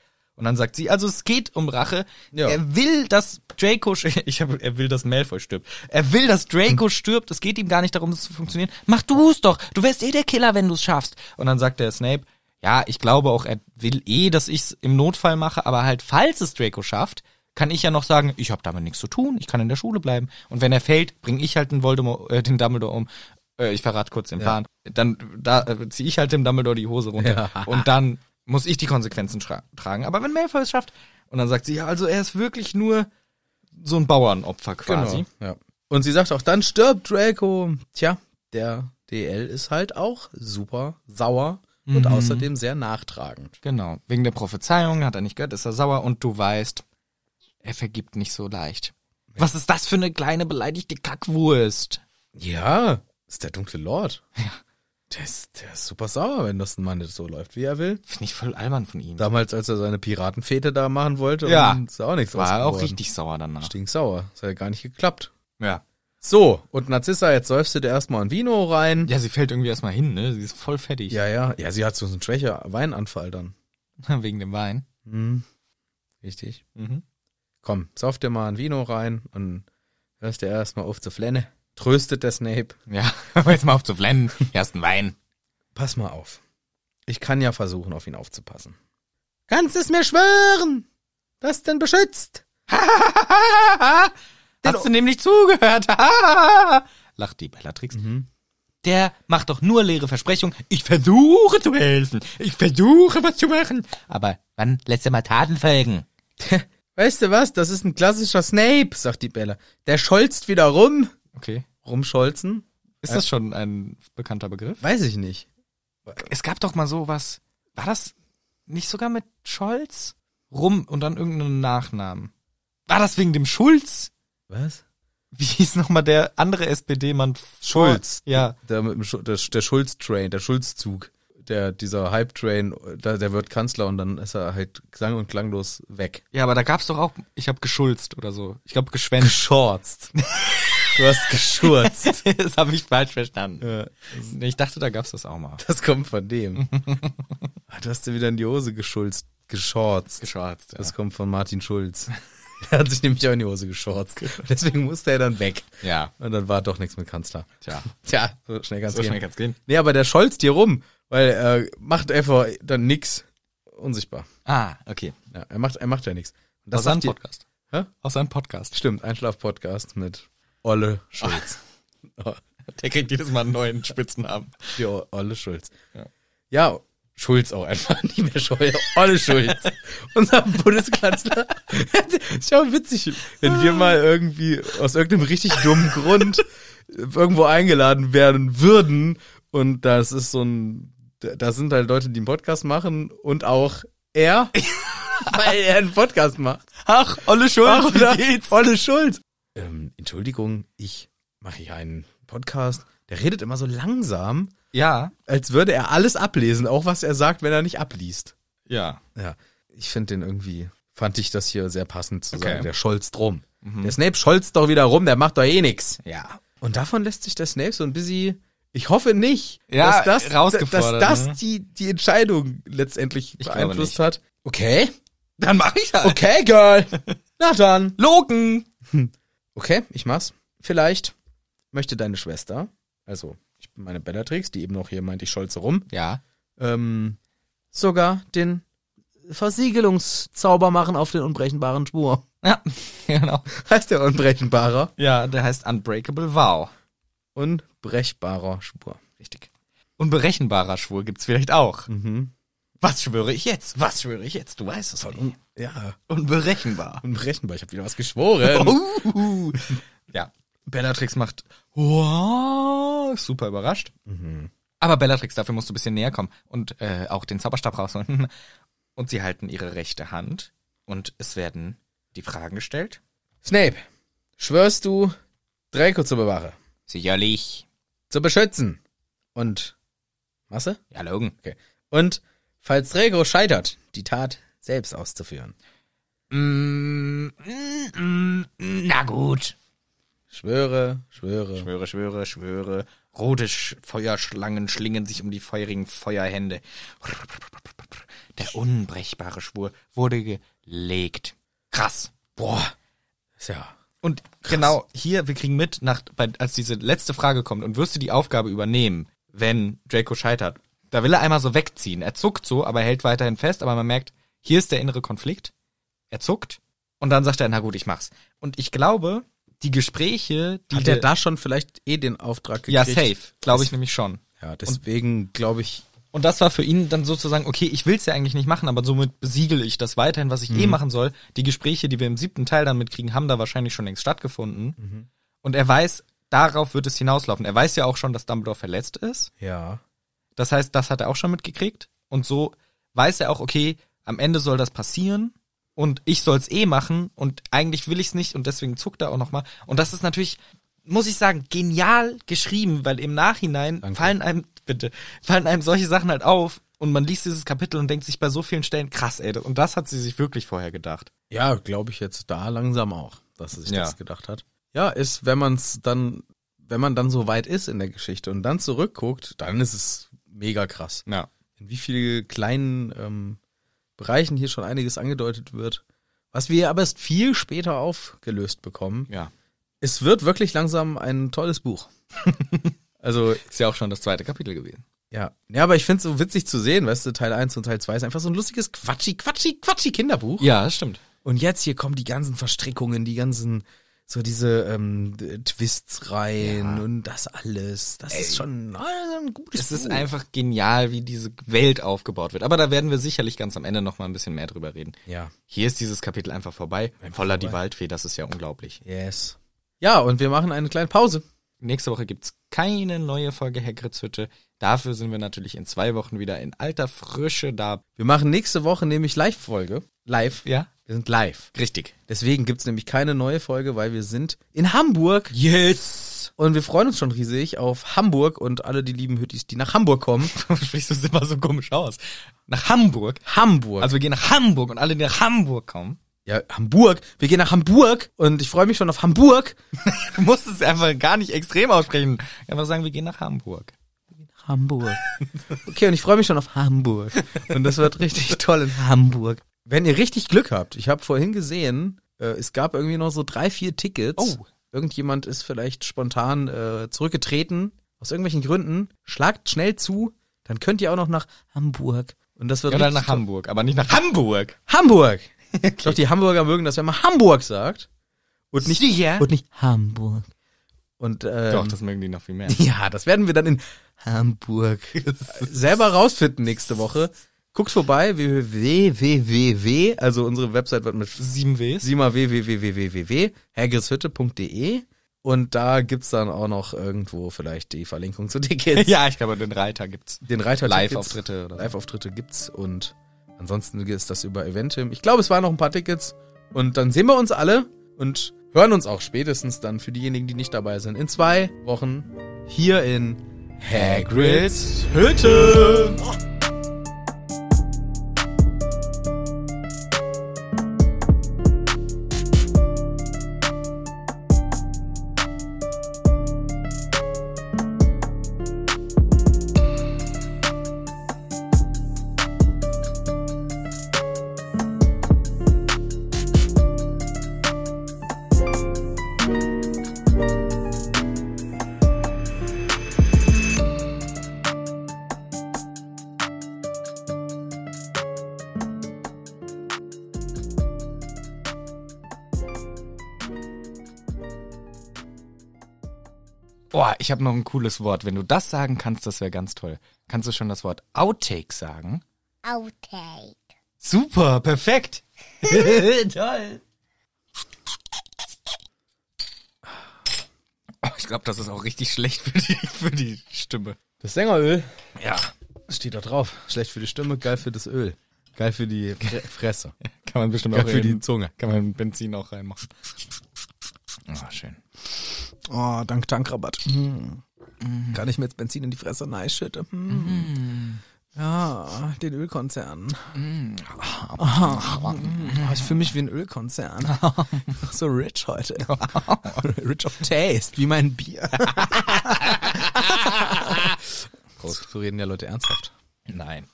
Und dann sagt sie, also es geht um Rache. Ja. Er will, dass Draco, er will, dass Malfoy stirbt. Er will, dass Draco stirbt. Es geht ihm gar nicht darum, das zu funktionieren. Mach du es doch. Du wärst der Killer, wenn du es schaffst. Und dann sagt der Snape, ja, ich glaube auch, er will dass ich es im Notfall mache, aber halt, falls es Draco schafft, kann ich ja noch sagen, ich habe damit nichts zu tun, ich kann in der Schule bleiben. Und wenn er fällt, bringe ich halt den Dumbledore um. Ich verrate kurz den Plan. Dann ziehe ich halt dem Dumbledore die Hose runter. Ja. Und dann muss ich die Konsequenzen tragen. Aber wenn Malfoy es schafft, und dann sagt sie, ja, also er ist wirklich nur so ein Bauernopfer quasi. Genau, ja. Und sie sagt auch, dann stirbt Draco. Tja, der DL ist halt auch super sauer und außerdem sehr nachtragend. Genau, wegen der Prophezeiung hat er nicht gehört, ist er sauer und du weißt, er vergibt nicht so leicht. Ja. Was ist das für eine kleine beleidigte Kackwurst? Ja, ist der dunkle Lord. Ja. Der ist super sauer, wenn das ein Mann nicht so läuft, wie er will. Finde ich voll albern von ihm. Damals, als er seine Piratenfete da machen wollte, ist auch nichts war er auch richtig sauer danach. Stinksauer. Das hat ja gar nicht geklappt. Ja. So, und Narcissa, jetzt säufst du dir erstmal ein Vino rein. Ja, sie fällt irgendwie erstmal hin, ne? Sie ist voll fettig. Ja. Ja, sie hat so einen Schwäche-Weinanfall dann. Wegen dem Wein. Richtig. Komm, sauf dir mal ein Vino rein und hörst dir erstmal auf zu flennen. Tröstet der Snape. Ja, aber jetzt mal auf zu flennen. Erst ein Wein. Pass mal auf. Ich kann ja versuchen, auf ihn aufzupassen. Kannst es mir schwören, dass denn beschützt? Hast du nämlich zugehört? Lacht die Bellatrix. Der macht doch nur leere Versprechungen. Ich versuche zu helfen. Ich versuche was zu machen. Aber wann lässt er mal Taten folgen? Weißt du was? Das ist ein klassischer Snape, sagt die Bella. Der scholzt wieder rum. Okay. Rumscholzen? Ist das schon ein bekannter Begriff? Weiß ich nicht. Es gab doch mal sowas. War das nicht sogar mit Scholz? Rum und dann irgendeinen Nachnamen. War das wegen dem Schulz? Was? Wie hieß nochmal der andere SPD-Mann? Schulz. Ja. Der Schulz-Train, der Schulz-Zug. Dieser Hype-Train, der wird Kanzler und dann ist er halt sang- und klanglos weg. Ja, aber da gab's doch auch, ich habe geschulzt oder so. Ich glaube geschwänzt. Geschorzt. Du hast geschurzt. Das habe ich falsch verstanden. Ja. Ich dachte, da gab's das auch mal. Das kommt von dem. Du hast dir wieder in die Hose geschorzt. Ja. Das kommt von Martin Schulz. Der hat sich nämlich auch in die Hose geschorzt. Deswegen musste er dann weg. Ja. Und dann war doch nichts mit Kanzler. Tja, so schnell kann's gehen. Nee, aber der scholzt hier rum, weil er macht einfach dann nix. Unsichtbar. Ah, okay. Ja, er macht ja nichts. Aus seinem Podcast. Hä? Aus seinem Podcast. Stimmt, Einschlaf-Podcast mit Olle Schulz. Oh. Der kriegt jedes Mal einen neuen Spitznamen. Die Olle Schulz. Ja, Schulz auch einfach, nicht mehr Scholl. Olle Schulz. Unser Bundeskanzler. Ist ja auch witzig, wenn wir mal irgendwie aus irgendeinem richtig dummen Grund irgendwo eingeladen werden würden und das ist da sind halt Leute, die einen Podcast machen und auch er, weil er einen Podcast macht. Ach, Olle Schulz, wie geht's? Olle Schulz. Entschuldigung, ich mache hier einen Podcast. Der redet immer so langsam. Ja. Als würde er alles ablesen, auch was er sagt, wenn er nicht abliest. Ja. Ja. Ich fand ich das hier sehr passend zu sagen. Der scholzt rum. Der Snape scholzt doch wieder rum, der macht doch eh nix. Ja. Und davon lässt sich der Snape so ein bisschen, ich hoffe nicht, ja, dass das ne? die Entscheidung letztendlich beeinflusst hat. Okay. Dann mach ich halt. Okay, Girl. Na dann. Logen. Okay, ich mach's. Vielleicht möchte deine Schwester, also ich bin meine Bellatrix, die eben noch hier meint, ich scholze rum. Ja. Sogar den Versiegelungszauber machen auf den unbrechenbaren Schwur. Ja, genau. Heißt der unbrechenbarer? Ja, der heißt Unbreakable Vow. Unbrechbarer Schwur. Richtig. Unberechenbarer Schwur gibt's vielleicht auch. Was schwöre ich jetzt? Was schwöre ich jetzt? Du weißt es. Ja. Unberechenbar. Unberechenbar, ich habe wieder was geschworen. Ja. Bellatrix macht super überrascht. Aber Bellatrix, dafür musst du ein bisschen näher kommen und auch den Zauberstab rausholen. Und sie halten ihre rechte Hand und es werden die Fragen gestellt. Snape, schwörst du, Draco zu bewahren? Sicherlich. Zu beschützen. Und Masse? Ja, Logan. Okay. Und falls Draco scheitert, die Tat selbst auszuführen. Na gut. Schwöre. Rote Feuerschlangen schlingen sich um die feurigen Feuerhände. Der unbrechbare Schwur wurde gelegt. Krass. Boah. Ist ja... Und krass. Genau hier, wir kriegen mit, als diese letzte Frage kommt, und wirst du die Aufgabe übernehmen, wenn Draco scheitert, da will er einmal so wegziehen. Er zuckt so, aber er hält weiterhin fest, aber man merkt, hier ist der innere Konflikt. Er zuckt und dann sagt er, na gut, ich mach's. Und ich glaube, die Gespräche, die... Hat er da schon vielleicht den Auftrag gekriegt? Ja, safe. Glaube ich nämlich schon. Ja, deswegen glaube ich... Und das war für ihn dann sozusagen, okay, ich will's ja eigentlich nicht machen, aber somit besiegel ich das weiterhin, was ich machen soll. Die Gespräche, die wir im 7. Teil dann mitkriegen, haben da wahrscheinlich schon längst stattgefunden. Und er weiß, darauf wird es hinauslaufen. Er weiß ja auch schon, dass Dumbledore verletzt ist. Ja. Das heißt, das hat er auch schon mitgekriegt. Und so weiß er auch, okay, am Ende soll das passieren und ich soll's machen und eigentlich will ich's nicht und deswegen zuckt er auch nochmal. Und das ist natürlich, muss ich sagen, genial geschrieben, weil im Nachhinein fallen einem solche Sachen halt auf und man liest dieses Kapitel und denkt sich bei so vielen Stellen, krass, ey, und das hat sie sich wirklich vorher gedacht. Ja, glaube ich jetzt da langsam auch, dass sie sich das gedacht hat. Ja, ist, wenn man dann so weit ist in der Geschichte und dann zurückguckt, dann ist es mega krass. Ja. In wie vielen kleinen Bereichen hier schon einiges angedeutet wird, was wir aber erst viel später aufgelöst bekommen. Ja. Es wird wirklich langsam ein tolles Buch. Also ist ja auch schon das 2. Kapitel gewesen. Ja, aber ich finde es so witzig zu sehen, weißt du, Teil 1 und Teil 2 ist einfach so ein lustiges quatschi Kinderbuch. Ja, das stimmt. Und jetzt hier kommen die ganzen Verstrickungen, die ganzen, so diese Twists rein und das alles. Das ist schon ein gutes Buch. Es ist einfach genial, wie diese Welt aufgebaut wird. Aber da werden wir sicherlich ganz am Ende noch mal ein bisschen mehr drüber reden. Ja. Hier ist dieses Kapitel einfach vorbei. Voller die Waldfee, das ist ja unglaublich. Yes. Ja, und wir machen eine kleine Pause. Nächste Woche gibt's keine neue Folge Hagrids Hütte. Dafür sind wir natürlich in 2 Wochen wieder in alter Frische da. Wir machen nächste Woche nämlich Live-Folge. Live? Ja? Wir sind live. Richtig. Deswegen gibt's nämlich keine neue Folge, weil wir sind in Hamburg. Yes! Und wir freuen uns schon riesig auf Hamburg und alle die lieben Hüttis, die nach Hamburg kommen. Du sprichst das immer so komisch aus. Nach Hamburg? Hamburg. Also wir gehen nach Hamburg und alle, die nach Hamburg kommen. Ja, Hamburg. Wir gehen nach Hamburg und ich freue mich schon auf Hamburg. Du musst es einfach gar nicht extrem aussprechen. Einfach sagen, wir gehen nach Hamburg. Hamburg. Okay, und ich freue mich schon auf Hamburg. Und das wird richtig toll in Hamburg. Wenn ihr richtig Glück habt, ich habe vorhin gesehen, es gab irgendwie noch so 3, 4 Tickets. Oh. Irgendjemand ist vielleicht spontan zurückgetreten, aus irgendwelchen Gründen. Schlagt schnell zu, dann könnt ihr auch noch nach Hamburg. Und das wird Oder richtig nach Hamburg, aber nicht nach Hamburg. Hamburg! Okay. Doch die Hamburger mögen das, wenn man Hamburg sagt. Und nicht, und nicht Hamburg. Und, doch, das mögen die noch viel mehr. Ja, das werden wir dann in Hamburg selber rausfinden nächste Woche. Guckt vorbei, www, also unsere Website wird mit 7 Ws. 7 www.hagridshütte.de und da gibt's dann auch noch irgendwo vielleicht die Verlinkung zu Tickets. Ja, ich glaube, den Reiter gibt's. Den Reiter Live-Auftritte oder so. Live-Auftritte gibt's und ansonsten ist das über Eventim. Ich glaube, es waren noch ein paar Tickets und dann sehen wir uns alle und hören uns auch spätestens dann für diejenigen, die nicht dabei sind, in 2 Wochen hier in Hagrids Hütte. Boah, ich habe noch ein cooles Wort. Wenn du das sagen kannst, das wäre ganz toll. Kannst du schon das Wort Outtake sagen? Outtake. Super, perfekt. Toll. Oh, ich glaube, das ist auch richtig schlecht für die Stimme. Das Sängeröl? Ja. Steht da drauf. Schlecht für die Stimme, geil für das Öl. Geil für die Fresse. Kann man bestimmt geil auch für die Zunge. Kann man Benzin auch reinmachen. Oh, schön. Oh, Dank, Rabatt. Kann ich mir jetzt Benzin in die Fresse schütte. Ja, den Ölkonzern. Ich fühle mich wie ein Ölkonzern. So rich heute. Rich of taste, wie mein Bier. Prost. So reden ja Leute ernsthaft. Nein.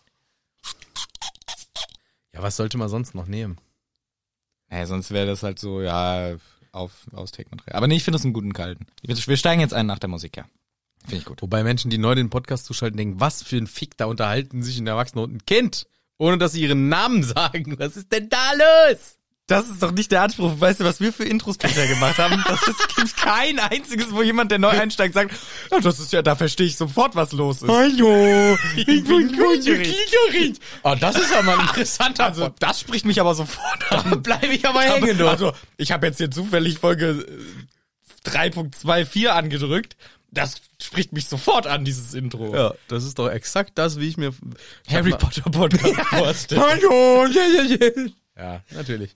Ja, was sollte man sonst noch nehmen? Naja, sonst wäre das halt so, ja, aus Take-Material. Aber nee, ich finde das einen guten kalten. Wir steigen jetzt ein nach der Musik, ja. Finde ich gut. Wobei Menschen, die neu den Podcast zuschalten, denken, was für ein Fick, da unterhalten sich ein Erwachsener und ein Kind, ohne dass sie ihren Namen sagen. Was ist denn da los? Das ist doch nicht der Anspruch. Weißt du, was wir für Intros bisher gemacht haben? Das gibt kein einziges, wo jemand, der neu einsteigt, sagt, ja, das ist ja, da verstehe ich sofort, was los ist. Hallo, ich bin Klitoris. Oh, das ist ja mal ein interessanter Also, das spricht mich aber sofort an. Da bleibe ich aber hängen. Also, ich habe jetzt hier zufällig Folge 3.24 angedrückt. Das spricht mich sofort an, dieses Intro. Ja, das ist doch exakt das, wie ich mir Harry Potter Podcast vorstelle. Hallo, ja, natürlich.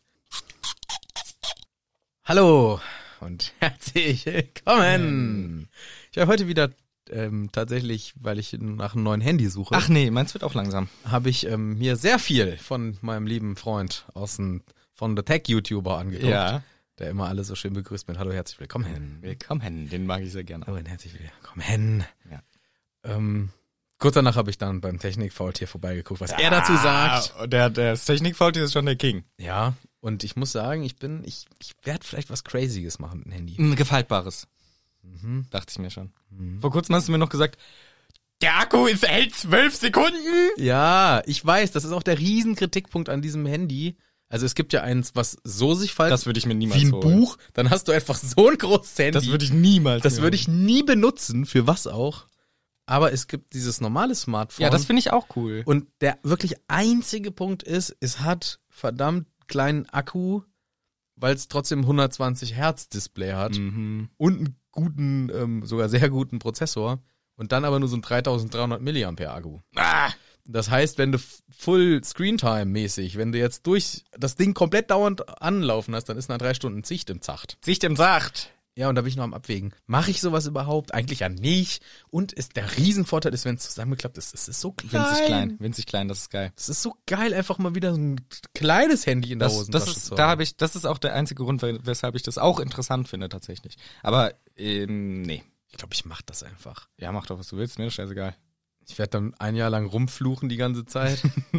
Hallo und herzlich willkommen. Ich habe heute wieder tatsächlich, weil ich nach einem neuen Handy suche. Ach nee, meins wird auch langsam. Habe ich mir sehr viel von meinem lieben Freund von der Tech-YouTuber angeguckt. Ja. Der immer alle so schön begrüßt mit Hallo, herzlich willkommen. Willkommen, den mag ich sehr gerne. Hallo und herzlich willkommen. Ja. Kurz danach habe ich dann beim Technik-Faultier vorbeigeguckt, was er dazu sagt. Der Technik-Faultier ist schon der King. Ja, und ich muss sagen, ich werde vielleicht was Crazyes machen mit dem Handy. Ein Gefaltbares. Dachte ich mir schon. Vor kurzem hast du mir noch gesagt, der Akku hält 12 Sekunden. Ja, ich weiß, das ist auch der Riesenkritikpunkt an diesem Handy. Also es gibt ja eins, was so sich faltet. Das würde ich mir niemals wie ein holen. Buch. Dann hast du einfach so ein großes Handy. Das würde ich niemals. Das würde ich nie benutzen, für was auch. Aber es gibt dieses normale Smartphone. Ja, das finde ich auch cool. Und der wirklich einzige Punkt ist, es hat verdammt kleinen Akku, weil es trotzdem 120 Hertz Display hat und einen guten, sogar sehr guten Prozessor und dann aber nur so ein 3300 Milliampere Akku. Das heißt, wenn du Full Screentime mäßig, wenn du jetzt durch das Ding komplett dauernd anlaufen hast, dann ist nach 3 Stunden Zicht im Zacht. Zicht im Sacht. Ja, und da bin ich noch am Abwägen. Mache ich sowas überhaupt? Eigentlich ja nicht. Und der Riesenvorteil ist, wenn es zusammengeklappt ist, es ist so klein. Winzig klein, das ist geil. Es ist so geil, einfach mal wieder so ein kleines Handy in der Hosentasche zu haben. Das ist auch der einzige Grund, weshalb ich das auch interessant finde, tatsächlich. Aber, nee. Ich glaube, ich mach das einfach. Ja, mach doch, was du willst, mir ist scheißegal. Ich werde dann ein Jahr lang rumfluchen die ganze Zeit.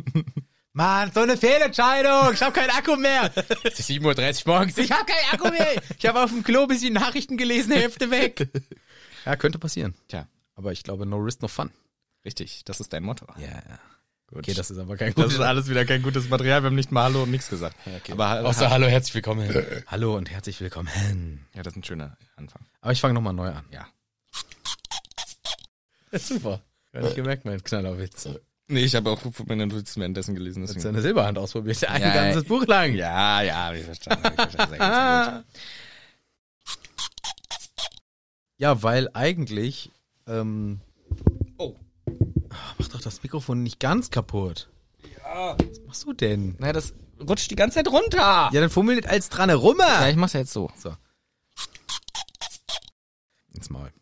Mann, so eine Fehlentscheidung. Ich habe keinen Akku mehr. Es ist 7:30 Uhr morgens. Ich habe keinen Akku mehr. Ich habe auf dem Klo ein bisschen Nachrichten gelesen, Hälfte weg. Ja, könnte passieren. Tja. Aber ich glaube, no risk, no fun. Richtig, das ist dein Motto. Ja. Gut. Okay, das ist aber kein Das gutes... ist alles wieder kein gutes Material. Wir haben nicht mal Hallo und nichts gesagt. Ja, okay. Aber außer Hallo, herzlich willkommen. Hallo und herzlich willkommen. Ja, das ist ein schöner Anfang. Aber ich fange nochmal neu an. Ja. Ja, super. Gar nicht gemerkt, mein Knallerwitz. Nee, ich habe auch meine Notizen währenddessen gelesen. Hast Deswegen. seine Silberhand ausprobiert. Ein ganzes Buch lang. Ja, hab ich verstanden. Sehr gut. Ja, weil eigentlich... Oh. Mach doch das Mikrofon nicht ganz kaputt. Ja. Was machst du denn? Naja, das rutscht die ganze Zeit runter. Ja, dann fummel nicht als dran herum. Ja, ich mach's ja jetzt so. So.